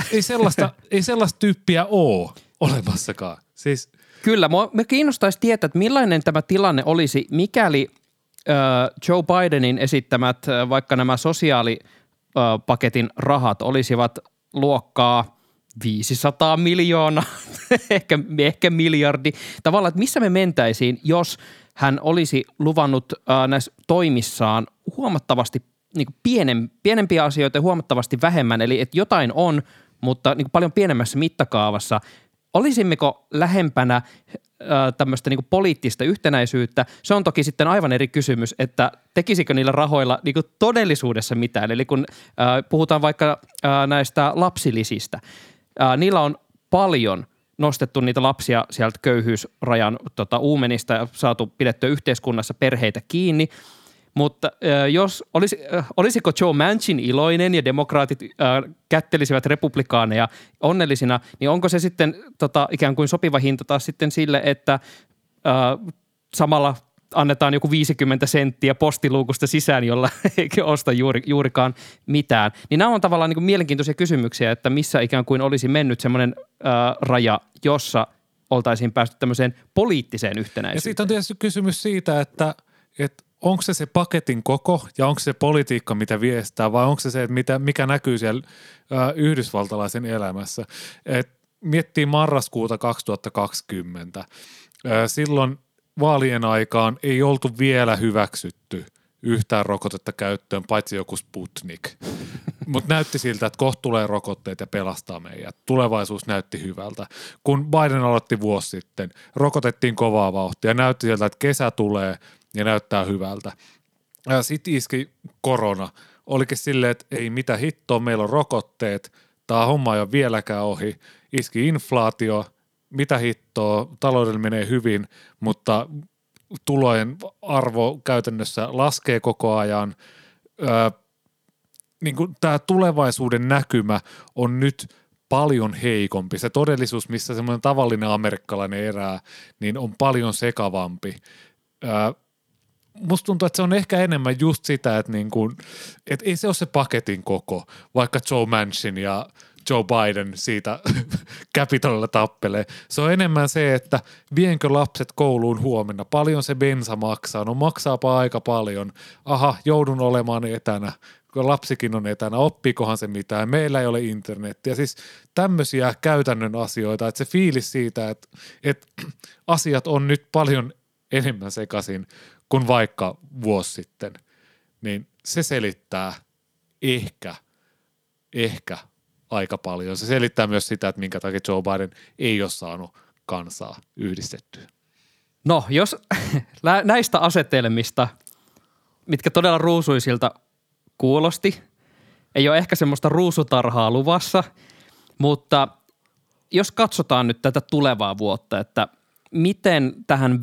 Ei sellaista tyyppiä ole olemassakaan. Siis Kyllä, me kiinnostaisi tietää, että millainen tämä tilanne olisi, mikäli Joe Bidenin esittämät vaikka nämä sosiaalipaketin rahat olisivat luokkaa 500 miljoonaa, ehkä miljardi. Tavallaan, että missä me mentäisiin, jos hän olisi luvannut näissä toimissaan huomattavasti niin kuin pienempiä asioita ja huomattavasti vähemmän. Eli että jotain on, mutta niin kuin paljon pienemmässä mittakaavassa. Olisimmeko lähempänä tämmöistä niin kuin poliittista yhtenäisyyttä? Se on toki sitten aivan eri kysymys, että tekisikö niillä rahoilla niin kuin todellisuudessa mitään. Eli kun puhutaan vaikka näistä lapsilisistä, niillä on paljon nostettu niitä lapsia sieltä köyhyysrajan uumenista ja saatu pidettyä yhteiskunnassa perheitä kiinni. Mutta olisiko Joe Manchin iloinen ja demokraatit kättelisivät republikaaneja onnellisina, niin onko se sitten ikään kuin sopiva hinta taas sitten sille, että samalla annetaan joku 50 senttiä postiluukusta sisään, jolla ei osta juurikaan mitään. Niin nämä on tavallaan niin kuin mielenkiintoisia kysymyksiä, että missä ikään kuin olisi mennyt semmoinen raja, jossa oltaisiin päästy tämmöiseen poliittiseen yhtenäisyyteen. Ja siitä on tietysti kysymys siitä, että onko se paketin koko ja onko se politiikka, mitä viestää, vai onko se, että mikä näkyy siellä yhdysvaltalaisen elämässä. Et miettii marraskuuta 2020. Silloin vaalien aikaan ei oltu vielä hyväksytty yhtään rokotetta käyttöön, paitsi joku Sputnik. Mutta näytti siltä, että kohta tulee rokotteet ja pelastaa meidät. Tulevaisuus näytti hyvältä. Kun Biden aloitti vuosi sitten, rokotettiin kovaa vauhtia. Näytti siltä, että kesä tulee ja näyttää hyvältä. Sitten iski korona. Olikin silleen, että ei mitä hittoa, meillä on rokotteet. Tämä homma ei ole vieläkään ohi. Iski inflaatio. Mitä hittoa, taloudella menee hyvin, mutta tulojen arvo käytännössä laskee koko ajan. Niin kuin tämä tulevaisuuden näkymä on nyt paljon heikompi. Se todellisuus, missä semmoinen tavallinen amerikkalainen elää, niin on paljon sekavampi. Musta tuntuu, että se on ehkä enemmän just sitä, että, niin kuin, että ei se ole se paketin koko, vaikka Joe Manchin ja Joe Biden siitä Capitolilla tappelee. Se on enemmän se, että vienkö lapset kouluun huomenna, paljon se bensa maksaa, no maksaapa aika paljon, aha, joudun olemaan etänä, kun lapsikin on etänä, oppiikohan se mitään, meillä ei ole internettiä, siis tämmöisiä käytännön asioita, että se fiilis siitä, että asiat on nyt paljon enemmän sekaisin kuin vaikka vuosi sitten, niin se selittää ehkä aika paljon. Se selittää myös sitä, että minkä takia Joe Biden ei ole saanut kansaa yhdistettyä. No, jos näistä asetelmista, mitkä todella ruusuisilta kuulosti, ei ole ehkä semmoista ruusutarhaa luvassa, mutta jos katsotaan nyt tätä tulevaa vuotta, että miten tähän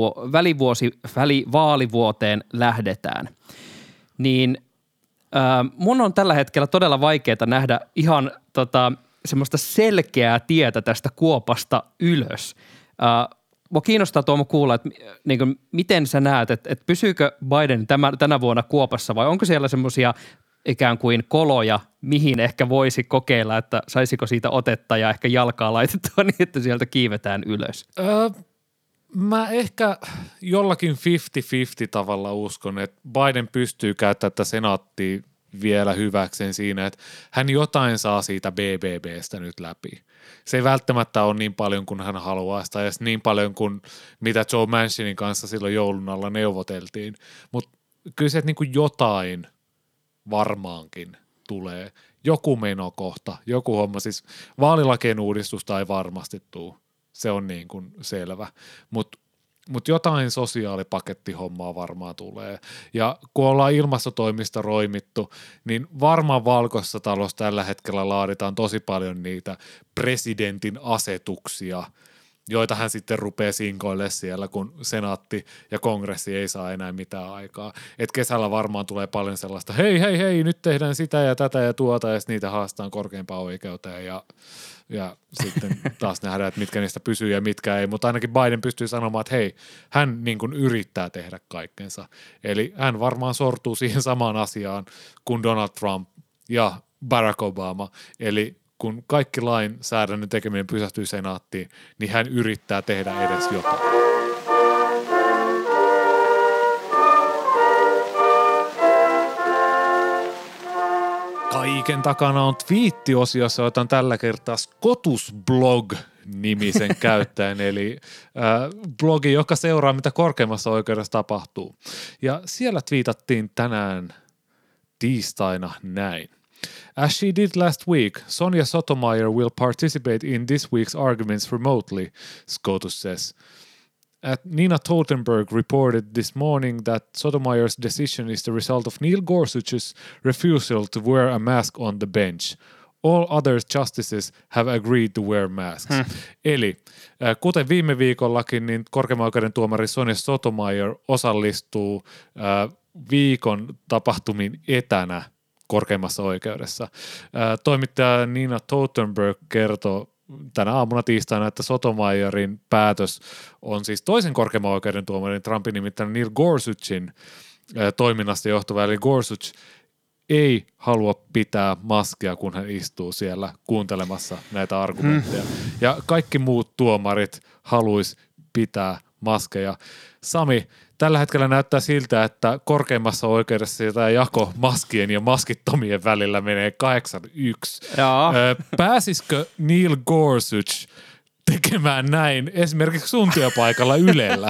vaalivuoteen lähdetään, niin mun on tällä hetkellä todella vaikeaa nähdä ihan semmoista selkeää tietä tästä kuopasta ylös. Mua kiinnostaa Tuomo kuulla, että niin kuin, miten sä näet, että pysyykö Biden tänä vuonna kuopassa vai onko siellä semmoisia ikään kuin koloja, mihin ehkä voisi kokeilla, että saisiko siitä otetta ja ehkä jalkaa laitettua niin, että sieltä kiivetään ylös? Mä ehkä jollakin 50-50 tavalla uskon, että Biden pystyy käyttämään tätä senaattia vielä hyväkseen siinä, että hän jotain saa siitä BBBstä nyt läpi. Se ei välttämättä ole niin paljon kuin hän haluaa sitä, edes niin paljon kuin mitä Joe Manchinin kanssa silloin joulun alla neuvoteltiin, mutta kyllä se, että niin kuin jotain varmaankin tulee. Joku menokohta, joku homma, siis vaalilakien uudistusta ei varmasti tule, se on niin kuin selvä, mutta jotain sosiaalipakettihommaa varmaan tulee. Ja kun ollaan ilmastotoimista roimittu, niin varmaan Valkoisessa talossa tällä hetkellä laaditaan tosi paljon niitä presidentin asetuksia, joita hän sitten rupeaa sinkoille siellä, kun senaatti ja kongressi ei saa enää mitään aikaa. Et kesällä varmaan tulee paljon sellaista, hei, nyt tehdään sitä ja tätä ja tuota, ja niitä haastetaan korkeimpaan oikeuteen, ja sitten taas nähdään, että mitkä niistä pysyy ja mitkä ei, mutta ainakin Biden pystyy sanomaan, että hei, hän niin kuin yrittää tehdä kaikkensa. Eli hän varmaan sortuu siihen samaan asiaan kuin Donald Trump ja Barack Obama, eli kun kaikki lainsäädännön tekeminen pysähtyy senaattiin, niin hän yrittää tehdä edes jotain. Kaiken takana on twiittiosiossa, otan tällä kertaa Scotusblog-nimisen käyttäjän, eli blogi, joka seuraa, mitä korkeimmassa oikeudessa tapahtuu. Ja siellä twiitattiin tänään tiistaina näin. As she did last week, Sonia Sotomayor will participate in this week's arguments remotely, SCOTUS says. Nina Totenberg reported this morning that Sotomayor's decision is the result of Neil Gorsuch's refusal to wear a mask on the bench. All other justices have agreed to wear masks. Eli kuten viime viikollakin, niin korkeimman oikeuden tuomari Sonia Sotomayor osallistuu viikon tapahtumiin etänä korkeimmassa oikeudessa. Toimittaja Nina Totenberg kertoo tänä aamuna tiistaina, että Sotomayorin päätös on siis toisen korkeimman oikeuden tuomarin Trumpin nimittäin Neil Gorsuchin toiminnasta johtuva, eli Gorsuch ei halua pitää maskia, kun hän istuu siellä kuuntelemassa näitä argumentteja. Ja kaikki muut tuomarit haluaisi pitää maskeja. Sami, tällä hetkellä näyttää siltä, että korkeimmassa oikeudessa tämä jako maskien ja maskittomien välillä menee 8-1. Pääsisikö Neil Gorsuch tekemään näin esimerkiksi sun työpaikalla Ylellä?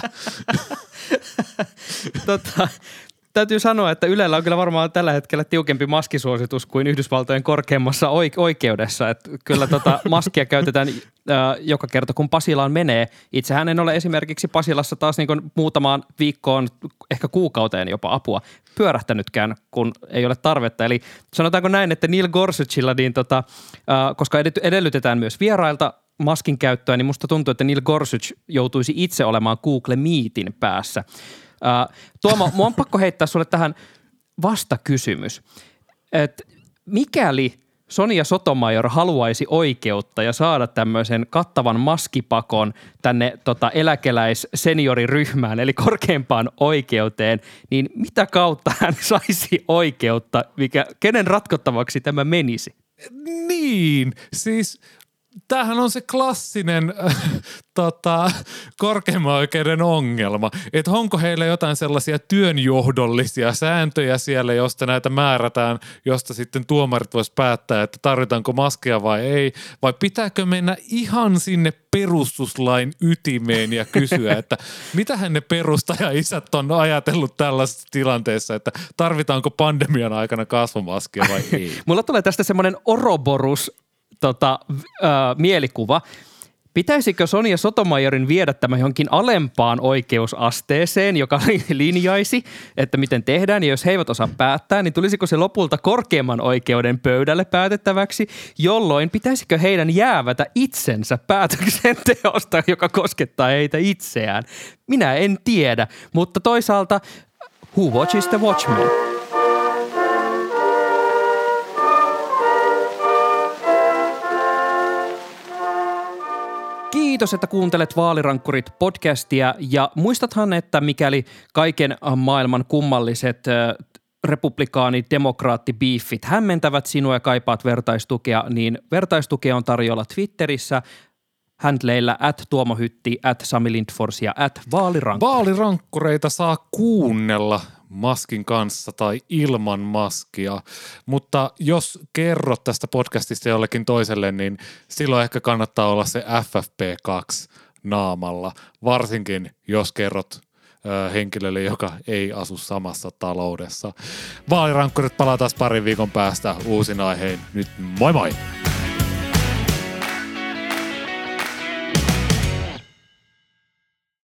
Täytyy sanoa, että Ylellä on kyllä varmaan tällä hetkellä tiukempi maskisuositus kuin Yhdysvaltojen korkeimmassa oikeudessa. Että kyllä maskia käytetään joka kerta, kun Pasilaan menee. Itsehän en ole esimerkiksi Pasilassa taas niin kuin muutamaan viikkoon, ehkä kuukauteen jopa apua pyörähtänytkään, kun ei ole tarvetta. Eli sanotaanko näin, että Neil Gorsuchilla, niin koska edellytetään myös vierailta maskin käyttöä, niin musta tuntuu, että Neil Gorsuch joutuisi itse olemaan Google Meetin päässä. Tuomo, mua on pakko heittää sulle tähän vastakysymys, että mikäli Sonia Sotomayor haluaisi oikeutta ja saada tämmöisen kattavan maskipakon tänne eläkeläis-senioriryhmään, eli korkeimpaan oikeuteen, niin mitä kautta hän saisi oikeutta, kenen ratkottavaksi tämä menisi? Niin, siis tämähän on se klassinen korkeimman oikeuden ongelma, että onko heillä jotain sellaisia työnjohdollisia sääntöjä siellä, josta näitä määrätään, josta sitten tuomarit vois päättää, että tarvitaanko maskeja vai ei, vai pitääkö mennä ihan sinne perustuslain ytimeen ja kysyä, että mitähän ne perustajaisät on ajatellut tällaisessa tilanteessa, että tarvitaanko pandemian aikana kasvomaskia vai ei. Mulla tulee tästä semmoinen Ouroboros mielikuva. Pitäisikö Sonia Sotomayorin viedä tämä johonkin alempaan oikeusasteeseen, joka linjaisi, että miten tehdään, ja jos he eivät osaa päättää, niin tulisiko se lopulta korkeimman oikeuden pöydälle päätettäväksi, jolloin pitäisikö heidän jäävätä itsensä päätöksenteosta, joka koskettaa heitä itseään? Minä en tiedä, mutta toisaalta who watches the Watchmen? Kiitos, että kuuntelet Vaalirankkurit-podcastia ja muistathan, että mikäli kaiken maailman kummalliset republikaani-demokraatti-biiffit hämmentävät sinua ja kaipaat vertaistukea, niin vertaistukea on tarjolla Twitterissä handleillä @tuomohytti, @samilindfors ja @vaalirankkurit. Vaalirankkureita saa kuunnella maskin kanssa tai ilman maskia, mutta jos kerrot tästä podcastista jollekin toiselle, niin silloin ehkä kannattaa olla se FFP2 naamalla, varsinkin jos kerrot henkilölle, joka ei asu samassa taloudessa. Vaalirankkurit palaa taas parin viikon päästä uusin aiheen. Nyt moi moi!